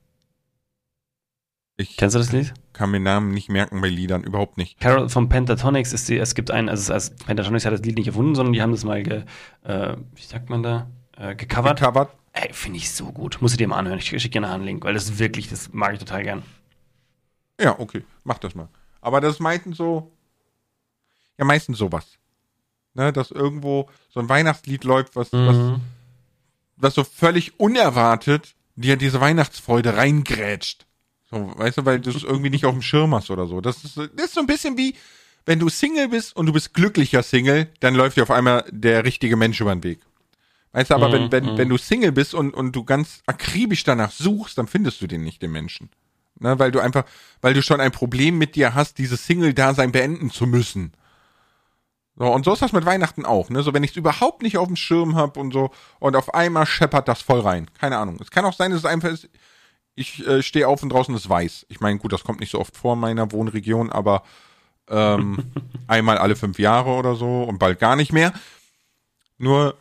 Ich Kennst du das Lied? Kann mir Namen nicht merken bei Liedern, überhaupt nicht. Carol von Pentatonix ist die, es gibt einen, also, also Pentatonix hat das Lied nicht erfunden, sondern die haben das mal, ge, äh, wie sagt man da, äh, gecovert. Gecovert? Ey, finde ich so gut. Musst du dir mal anhören. Ich schicke dir nachher einen Link, weil das wirklich, das mag ich total gern. Ja, okay, mach das mal. Aber das ist meistens so, ja, meistens sowas. Ne, dass irgendwo so ein Weihnachtslied läuft, was, Mhm. was, was so völlig unerwartet dir diese Weihnachtsfreude reingrätscht. So, weißt du, weil du es irgendwie nicht auf dem Schirm hast oder so. Das ist, das ist so ein bisschen wie, wenn du Single bist und du bist glücklicher Single, dann läuft dir auf einmal der richtige Mensch über den Weg. Weißt du, aber Mhm, wenn, wenn, mhm. wenn du Single bist und, und du ganz akribisch danach suchst, dann findest du den nicht, den Menschen. Ne, weil du einfach, weil du schon ein Problem mit dir hast, dieses Single-Dasein beenden zu müssen. So, und so ist das mit Weihnachten auch, ne? So, wenn ich es überhaupt nicht auf dem Schirm habe und so, und auf einmal scheppert das voll rein. Keine Ahnung. Es kann auch sein, dass es einfach ist, ich äh, stehe auf und draußen ist weiß. Ich meine, gut, das kommt nicht so oft vor in meiner Wohnregion, aber ähm, einmal alle fünf Jahre oder so und bald gar nicht mehr. Nur,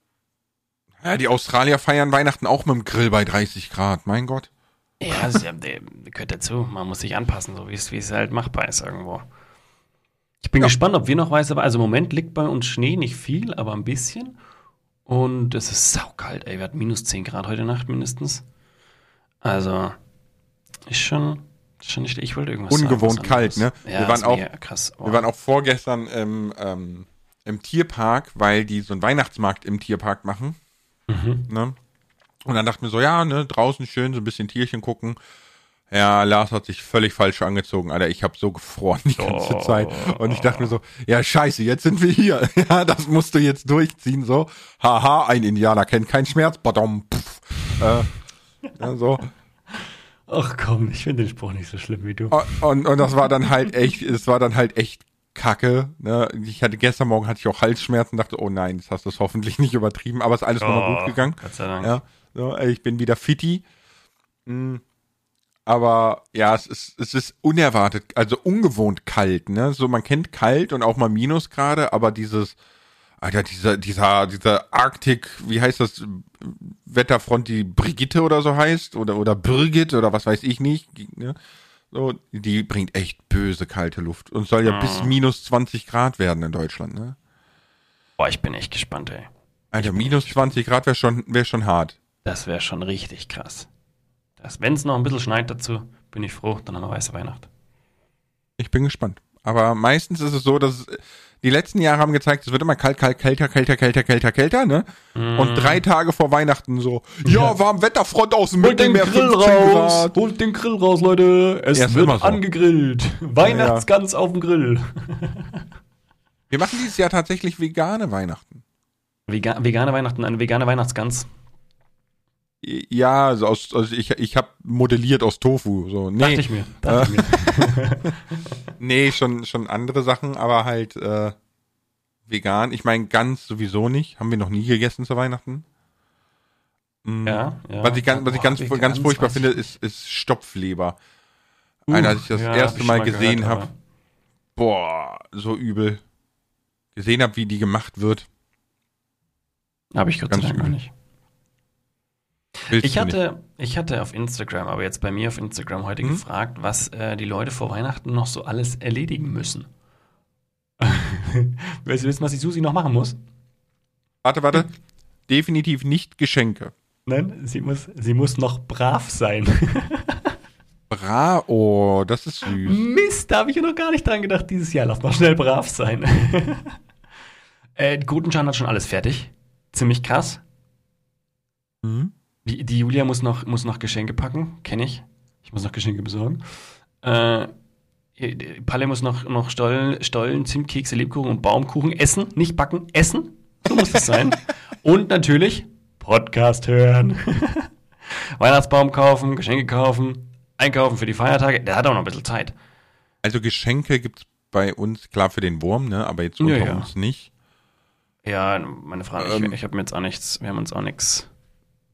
ja, die Australier feiern Weihnachten auch mit dem Grill bei dreißig Grad, mein Gott. Ja, das ist ja, der gehört dazu. Man muss sich anpassen, so wie es, wie es halt machbar ist irgendwo. Ich bin Ja. gespannt, ob wir noch weiß, aber also im Moment liegt bei uns Schnee, nicht viel, aber ein bisschen. Und es ist saukalt, ey. Wir hatten minus zehn Grad heute Nacht mindestens. Also, ist schon, ist schon nicht, ich wollte irgendwas Ungewohnt sagen, was kalt, ne? anderes. Ja, Wir waren ist auch- mega krass. Oh. Wir waren auch vorgestern im, ähm, im Tierpark, weil die so einen Weihnachtsmarkt im Tierpark machen. Mhm. Ne? Und dann dachten wir so, ja, ne, draußen schön, so ein bisschen Tierchen gucken. Ja, Lars hat sich völlig falsch angezogen, Alter. Ich habe so gefroren die ganze Oh. Zeit. Und ich dachte mir so, ja, scheiße, jetzt sind wir hier. Ja, das musst du jetzt durchziehen, so. Haha, ein Indianer kennt keinen Schmerz. Badom, pff. Äh, ja, so. Ach komm, ich finde den Spruch nicht so schlimm wie du. Und, und, und das war dann halt echt, es war dann halt echt Kacke. Ne? Ich hatte gestern Morgen hatte ich auch Halsschmerzen, dachte, oh nein, jetzt hast du es hoffentlich nicht übertrieben, aber es ist alles nochmal gut gegangen. Gott sei Dank. Ja, so, ey, ich bin wieder fitti. Mm, Aber ja, es ist, es ist unerwartet, also ungewohnt kalt, ne? So, man kennt kalt und auch mal Minusgrade, aber dieses, Alter, dieser, dieser, dieser Arktik, wie heißt das, Wetterfront, die Brigitte oder so heißt, oder, oder Birgit oder was weiß ich nicht, ne? So, die bringt echt böse kalte Luft und soll ja Mhm. bis minus zwanzig Grad werden in Deutschland, ne? Boah, ich bin echt gespannt, ey. Alter, minus zwanzig Grad wäre schon, wäre schon hart. Das wäre schon richtig krass. Wenn es noch ein bisschen schneit dazu, bin ich froh, dann haben wir weiße Weihnacht. Ich bin gespannt. Aber meistens ist es so, dass es, die letzten Jahre haben gezeigt, es wird immer kalt, kalt, kälter, kälter, kälter, kälter, kälter, ne? Mm. Und drei Tage vor Weihnachten so, ja, warm Wetterfront aus dem Holt den Mittelmeer, Grill fünfzehn raus! Grad. Holt den Grill raus, Leute! Es Ja, ist wird immer so. angegrillt! Weihnachtsgans auf dem Grill! Wir machen dieses Jahr tatsächlich vegane Weihnachten. Vega vegane Weihnachten, eine vegane Weihnachtsgans. Ja, also, aus, also ich, ich habe modelliert aus Tofu. So. Nee, Dachte ich mir. Dachte ich mir. nee schon, schon andere Sachen, aber halt äh, vegan. Ich meine, ganz sowieso nicht. Haben wir noch nie gegessen zu Weihnachten. Mm. Ja, ja. Was ich ganz, was ich ganz, Boah, ganz furchtbar weiß finde, ich ist, ist Stopfleber. Uh, Alter, als ich das ja, erste hab ich Mal schon gesehen gehört, habe, aber- boah, so übel. Gesehen habe, wie die gemacht wird. Habe ich Gott sei Ganz Dank noch übel. nicht. Willst Ich du nicht. hatte, ich hatte auf Instagram, aber jetzt bei mir auf Instagram heute Hm? gefragt, was äh, die Leute vor Weihnachten noch so alles erledigen müssen. Willst du wissen, was die Susi noch machen muss? Warte, warte. Definitiv nicht Geschenke. Nein, sie muss, sie muss noch brav sein. Bra, oh, das ist süß. Mist, da habe ich ja noch gar nicht dran gedacht dieses Jahr. Lass mal schnell brav sein. äh, Gutenschan hat schon alles fertig. Ziemlich krass. Hm? Die, die Julia muss noch, muss noch Geschenke packen, kenne ich. Ich muss noch Geschenke besorgen. Äh, Palle muss noch, noch Stollen, Stollen, Zimtkekse, Lebkuchen und Baumkuchen essen, nicht backen, essen. So muss es sein. Und natürlich Podcast hören. Weihnachtsbaum kaufen, Geschenke kaufen, einkaufen für die Feiertage. Der hat auch noch ein bisschen Zeit. Also Geschenke gibt's bei uns, klar für den Wurm, ne, aber jetzt unter Ja, ja. uns nicht. Ja, meine Frage, Ähm. ich, ich habe mir jetzt auch nichts, wir haben uns auch nichts.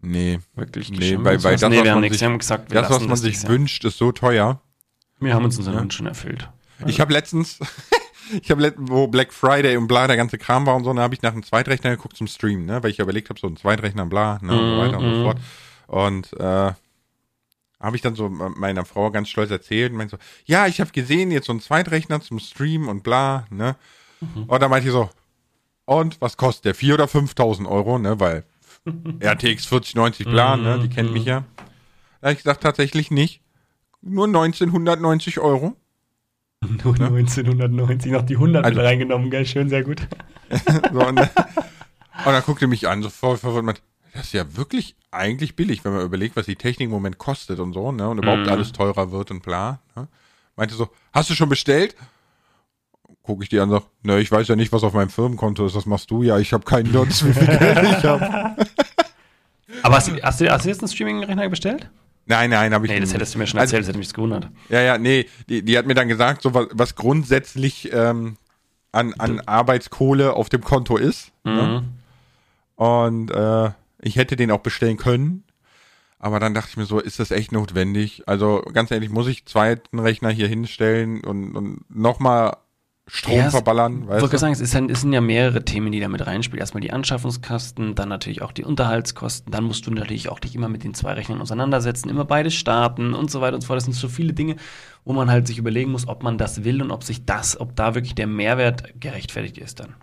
Nee. Wirklich Nee, geschimpft? weil, weil das, nee, was wir haben man nichts, sich, wir haben gesagt, wir das, was lassen man sich dieses Jahr. wünscht, ist so teuer. Wir haben uns unseren Ja. Wunsch schon erfüllt. Ich habe letztens, ich habe letztens, wo Black Friday und bla, der ganze Kram war und so, da habe ich nach einem Zweitrechner geguckt zum Streamen, ne, weil ich ja überlegt habe, so ein Zweitrechner, bla, ne, und so weiter und so fort. Und äh, habe ich dann so meiner Frau ganz stolz erzählt und meinte so, ja, ich habe gesehen, jetzt so ein Zweitrechner zum Streamen und bla, ne. Mhm. Und dann meinte ich so, und was kostet der? vier oder fünftausend Euro, ne, weil R T X vierzig neunzig bla, ne, die kennen mich ja. Da habe ich gesagt, tatsächlich nicht. Nur neunzehnhundertneunzig Euro. Nur ne? neunzehnhundertneunzig, noch die hundert also, mit reingenommen, gell, schön, sehr gut. so, und, und dann guckte mich an, so voll verwirrt, meinte, das ist ja wirklich eigentlich billig, wenn man überlegt, was die Technik im Moment kostet und so, ne, und überhaupt mm. alles teurer wird und bla, ne. Meinte so, hast du schon bestellt? Guck ich dir an und sag, ne, ich weiß ja nicht, was auf meinem Firmenkonto ist, das machst du ja, ich habe keinen Nutz, wie viel Geld ich habe. Aber hast du, hast, du, hast du jetzt einen Streaming-Rechner bestellt? Nein, nein, habe ich nee, nicht. Nee, das hättest du mir schon erzählt, also, das hätte mich gewundert. Ja, ja, nee, die, die hat mir dann gesagt, so was, was grundsätzlich ähm, an, an Arbeitskohle auf dem Konto ist. Mhm. Ne? Und äh, ich hätte den auch bestellen können. Aber dann dachte ich mir so, ist das echt notwendig? Also ganz ehrlich, muss ich zweiten Rechner hier hinstellen und, und nochmal Strom ja, verballern? Ich wollte sagen, es, ist ein, es sind ja mehrere Themen, die da mit reinspielen. Erstmal die Anschaffungskosten, dann natürlich auch die Unterhaltskosten. Dann musst du natürlich auch dich immer mit den zwei Rechnern auseinandersetzen, immer beide starten und so weiter und so fort. Das sind so viele Dinge, wo man halt sich überlegen muss, ob man das will und ob sich das, ob da wirklich der Mehrwert gerechtfertigt ist dann.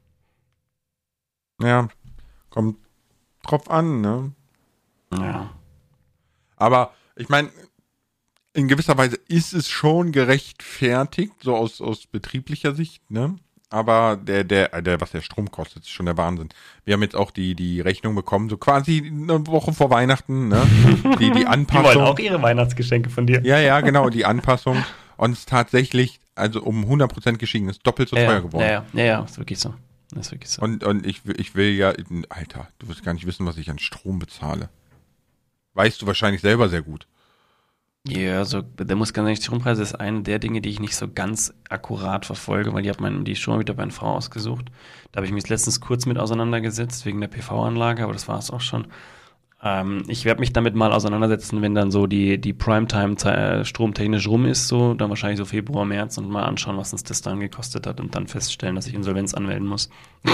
Ja, kommt drauf an, ne? Ja. Aber ich meine, in gewisser Weise ist es schon gerechtfertigt, so aus, aus betrieblicher Sicht, ne? Aber der, der, der, was der Strom kostet, ist schon der Wahnsinn. Wir haben jetzt auch die, die Rechnung bekommen, so quasi eine Woche vor Weihnachten, ne? Die, die Anpassung. Die wollen auch ihre Weihnachtsgeschenke von dir. Ja, ja, genau, die Anpassung. Und es ist tatsächlich, also um hundert Prozent gestiegen, ist doppelt so ja, teuer geworden. Ja, ja, ja, ja, ist wirklich so. Das ist wirklich so. Und, und ich, ich will ja, Alter, du wirst gar nicht wissen, was ich an Strom bezahle. Weißt du wahrscheinlich selber sehr gut. Ja, also der muss ganz ehrlich, Strompreise ist eine der Dinge, die ich nicht so ganz akkurat verfolge, weil die habe mein, die schon wieder bei einer Frau ausgesucht. Da habe ich mich letztens kurz mit auseinandergesetzt, wegen der P V-Anlage, aber das war es auch schon. Ähm, ich werde mich damit mal auseinandersetzen, wenn dann so die, die Primetime äh, stromtechnisch rum ist, so dann wahrscheinlich so Februar, März und mal anschauen, was uns das dann gekostet hat und dann feststellen, dass ich Insolvenz anmelden muss.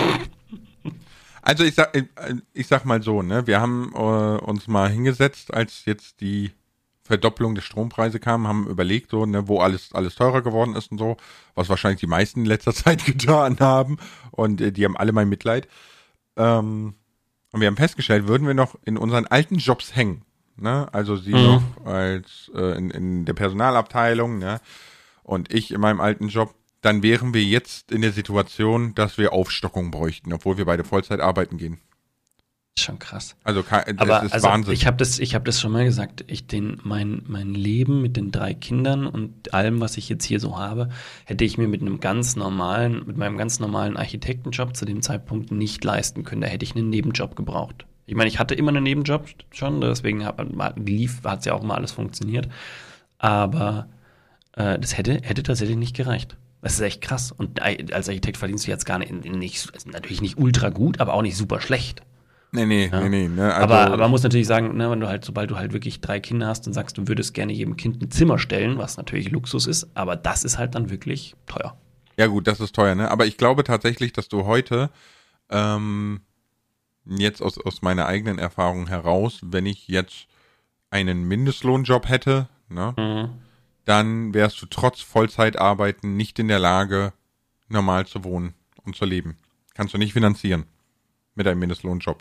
Also ich sag, ich sag mal so, ne, wir haben äh, uns mal hingesetzt, als jetzt die Verdopplung der Strompreise kam, haben überlegt, so, ne, wo alles alles teurer geworden ist und so, was wahrscheinlich die meisten in letzter Zeit getan haben und äh, die haben alle mein Mitleid. Ähm, und wir haben festgestellt, würden wir noch in unseren alten Jobs hängen, ne, also sie mhm. noch als äh, in, in der Personalabteilung, ne, und ich in meinem alten Job, dann wären wir jetzt in der Situation, dass wir Aufstockung bräuchten, obwohl wir beide Vollzeit arbeiten gehen. Schon krass. Also es aber ist also Wahnsinn. Ich habe das, ich habe das schon mal gesagt. Ich den mein mein Leben mit den drei Kindern und allem, was ich jetzt hier so habe, hätte ich mir mit einem ganz normalen, mit meinem ganz normalen Architektenjob zu dem Zeitpunkt nicht leisten können. Da hätte ich einen Nebenjob gebraucht. Ich meine, ich hatte immer einen Nebenjob schon, deswegen hat lief, hat es ja auch immer alles funktioniert. Aber äh, das hätte hätte tatsächlich nicht gereicht. Das ist echt krass. Und als Architekt verdienst du jetzt gar nicht, nicht also natürlich nicht ultra gut, aber auch nicht super schlecht. Nee, nee, ja. nee, nee. Ne, also aber, aber man muss natürlich sagen, ne, wenn du halt, sobald du halt wirklich drei Kinder hast und sagst, du würdest gerne jedem Kind ein Zimmer stellen, was natürlich Luxus ist, aber das ist halt dann wirklich teuer. Ja gut, das ist teuer, ne? Aber ich glaube tatsächlich, dass du heute ähm, jetzt aus, aus meiner eigenen Erfahrung heraus, wenn ich jetzt einen Mindestlohnjob hätte, ne, mhm. dann wärst du trotz Vollzeitarbeiten nicht in der Lage, normal zu wohnen und zu leben. Kannst du nicht finanzieren mit einem Mindestlohnjob.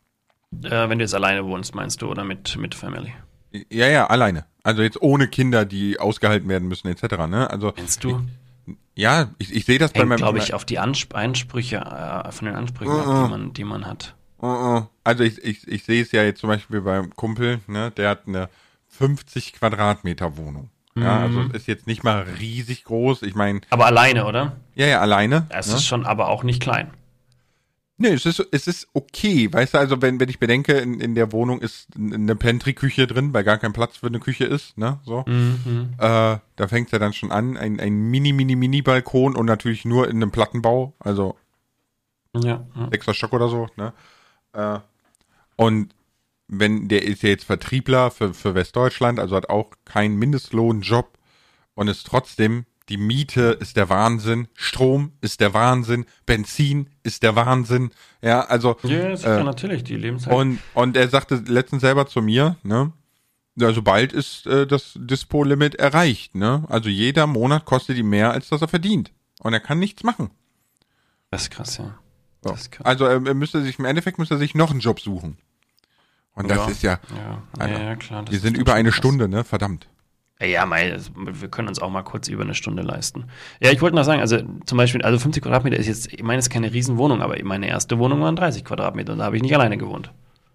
Äh, wenn du jetzt alleine wohnst, meinst du, oder mit, mit Family? Ja, ja, alleine. Also jetzt ohne Kinder, die ausgehalten werden müssen, et cetera. Ne? Also, Meinst du? Ich, ja, ich, ich sehe das Hängt, bei meinem... glaube ich, auf die Ansp- Ansprüche, äh, von den Ansprüchen, uh, ab, die, man, die man hat. Uh, uh. Also ich, ich, ich sehe es ja jetzt zum Beispiel beim Kumpel, ne? Der hat eine fünfzig Quadratmeter Wohnung. Mhm. Ja, also ist jetzt nicht mal riesig groß. Ich meine... Aber alleine, oder? Ja, ja, alleine. Es ne? ist schon aber auch nicht klein. Nee, es ist, es ist okay, weißt du, also wenn, wenn ich bedenke, in, in der Wohnung ist eine Pantry-Küche drin, weil gar kein Platz für eine Küche ist, ne, so, mhm. äh, da fängt es ja dann schon an, ein, ein Mini-Mini-Mini-Balkon und natürlich nur in einem Plattenbau, also ja, ja. sechster Stock oder so, ne, äh, und wenn der ist ja jetzt Vertriebler für, für Westdeutschland, also hat auch keinen Mindestlohnjob und ist trotzdem, die Miete ist der Wahnsinn, Strom ist der Wahnsinn, Benzin ist der Wahnsinn, ja, also. Ja, das ist äh, ja natürlich, die Lebenszeit. Und, und er sagte letztens selber zu mir, ne, ja, sobald ist äh, das Dispo-Limit erreicht, ne, also jeder Monat kostet ihm mehr, als dass er verdient. Und er kann nichts machen. Das ist krass, ja. So. Das ist krass. Also er, er müsste sich, im Endeffekt müsste er sich noch einen Job suchen. Und das Ja. ist ja, Ja, Alter, ja, klar. das wir ist sind dann über schon eine krass. Stunde, ne, verdammt. Ja, mei, also, wir können uns auch mal kurz über eine Stunde leisten. Ja, ich wollte noch sagen, also zum Beispiel, also fünfzig Quadratmeter ist jetzt, ich meine, es ist keine Riesenwohnung, aber meine erste Wohnung waren dreißig Quadratmeter und da habe ich nicht alleine gewohnt.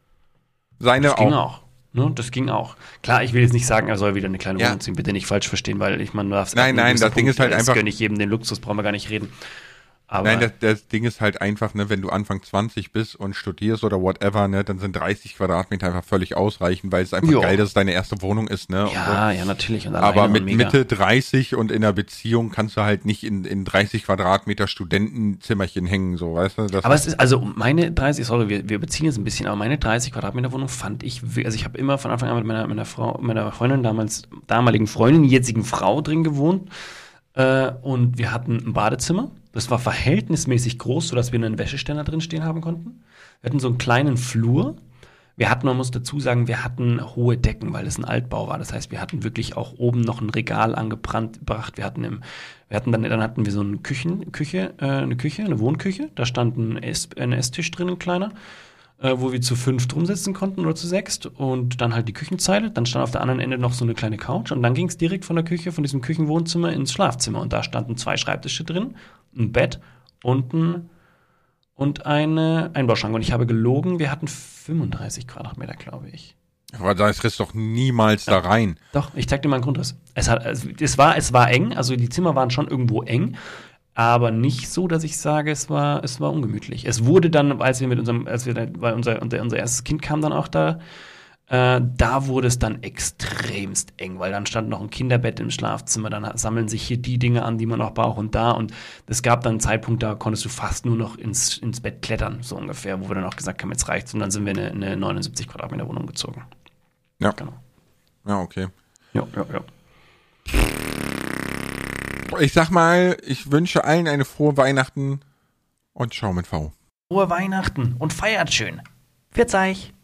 Seine Das ging auch. auch. Ne, das ging auch. Klar, ich will jetzt nicht sagen, er soll wieder eine kleine Ja. Wohnung ziehen, bitte nicht falsch verstehen, weil ich meine, du darfst Nein, ab einem nein, gewissen das Ding ist halt das einfach- gönne ich jedem den Luxus, brauchen wir gar nicht reden. Aber Nein, das, das Ding ist halt einfach, ne, wenn du Anfang zwanzig bist und studierst oder whatever, ne, dann sind dreißig Quadratmeter einfach völlig ausreichend, weil es einfach Jo. geil, dass es deine erste Wohnung ist, ne. und ja, ja, natürlich. Und so. alleine Aber und mit mega. Mitte dreißig und in einer Beziehung kannst du halt nicht in, in dreißig Quadratmeter Studentenzimmerchen hängen, so, weißt du? Das Aber es ist, also meine dreißig, sorry, wir, wir beziehen jetzt ein bisschen, aber meine dreißig Quadratmeter Wohnung fand ich, wi- also ich habe immer von Anfang an mit meiner, meiner Frau, meiner Freundin, damals, damaligen Freundin, jetzigen Frau drin gewohnt. Äh, und wir hatten ein Badezimmer. Das war verhältnismäßig groß, sodass wir einen Wäscheständer drin stehen haben konnten. Wir hatten so einen kleinen Flur. Wir hatten, man muss dazu sagen, wir hatten hohe Decken, weil es ein Altbau war. Das heißt, wir hatten wirklich auch oben noch ein Regal angebrannt gebracht. Wir hatten im, wir hatten dann, dann hatten wir so eine Küchen, Küche, äh, eine Küche, eine Wohnküche. Da stand ein, Ess, ein Esstisch drin, ein kleiner, äh, wo wir zu fünf drum sitzen konnten oder zu sechst. Und dann halt die Küchenzeile. Dann stand auf der anderen Ende noch so eine kleine Couch. Und dann ging es direkt von der Küche, von diesem Küchenwohnzimmer ins Schlafzimmer. Und da standen zwei Schreibtische drin, ein Bett und ein und eine Einbauschrank. Und ich habe gelogen, wir hatten fünfunddreißig Quadratmeter, glaube ich. aber das riss doch niemals da rein. Doch, ich zeig dir mal einen Grundriss. Es, hat, es, es, war, es war eng, also die Zimmer waren schon irgendwo eng, aber nicht so, dass ich sage, es war, es war ungemütlich. Es wurde dann, als wir mit unserem, als wir, weil unser, unser, unser erstes Kind kam dann auch da, äh, da wurde es dann extremst eng, weil dann stand noch ein Kinderbett im Schlafzimmer, dann sammeln sich hier die Dinge an, die man noch braucht und da. Und es gab dann einen Zeitpunkt, da konntest du fast nur noch ins, ins Bett klettern, so ungefähr, wo wir dann auch gesagt haben, jetzt reicht's. Und dann sind wir in eine, eine neunundsiebzig Quadratmeter Wohnung gezogen. Ja. Genau. Ja, okay. Ja, ja, ja. Ich sag mal, ich wünsche allen eine frohe Weihnachten und ciao mit V. Frohe Weihnachten und feiert schön. Wird's euch.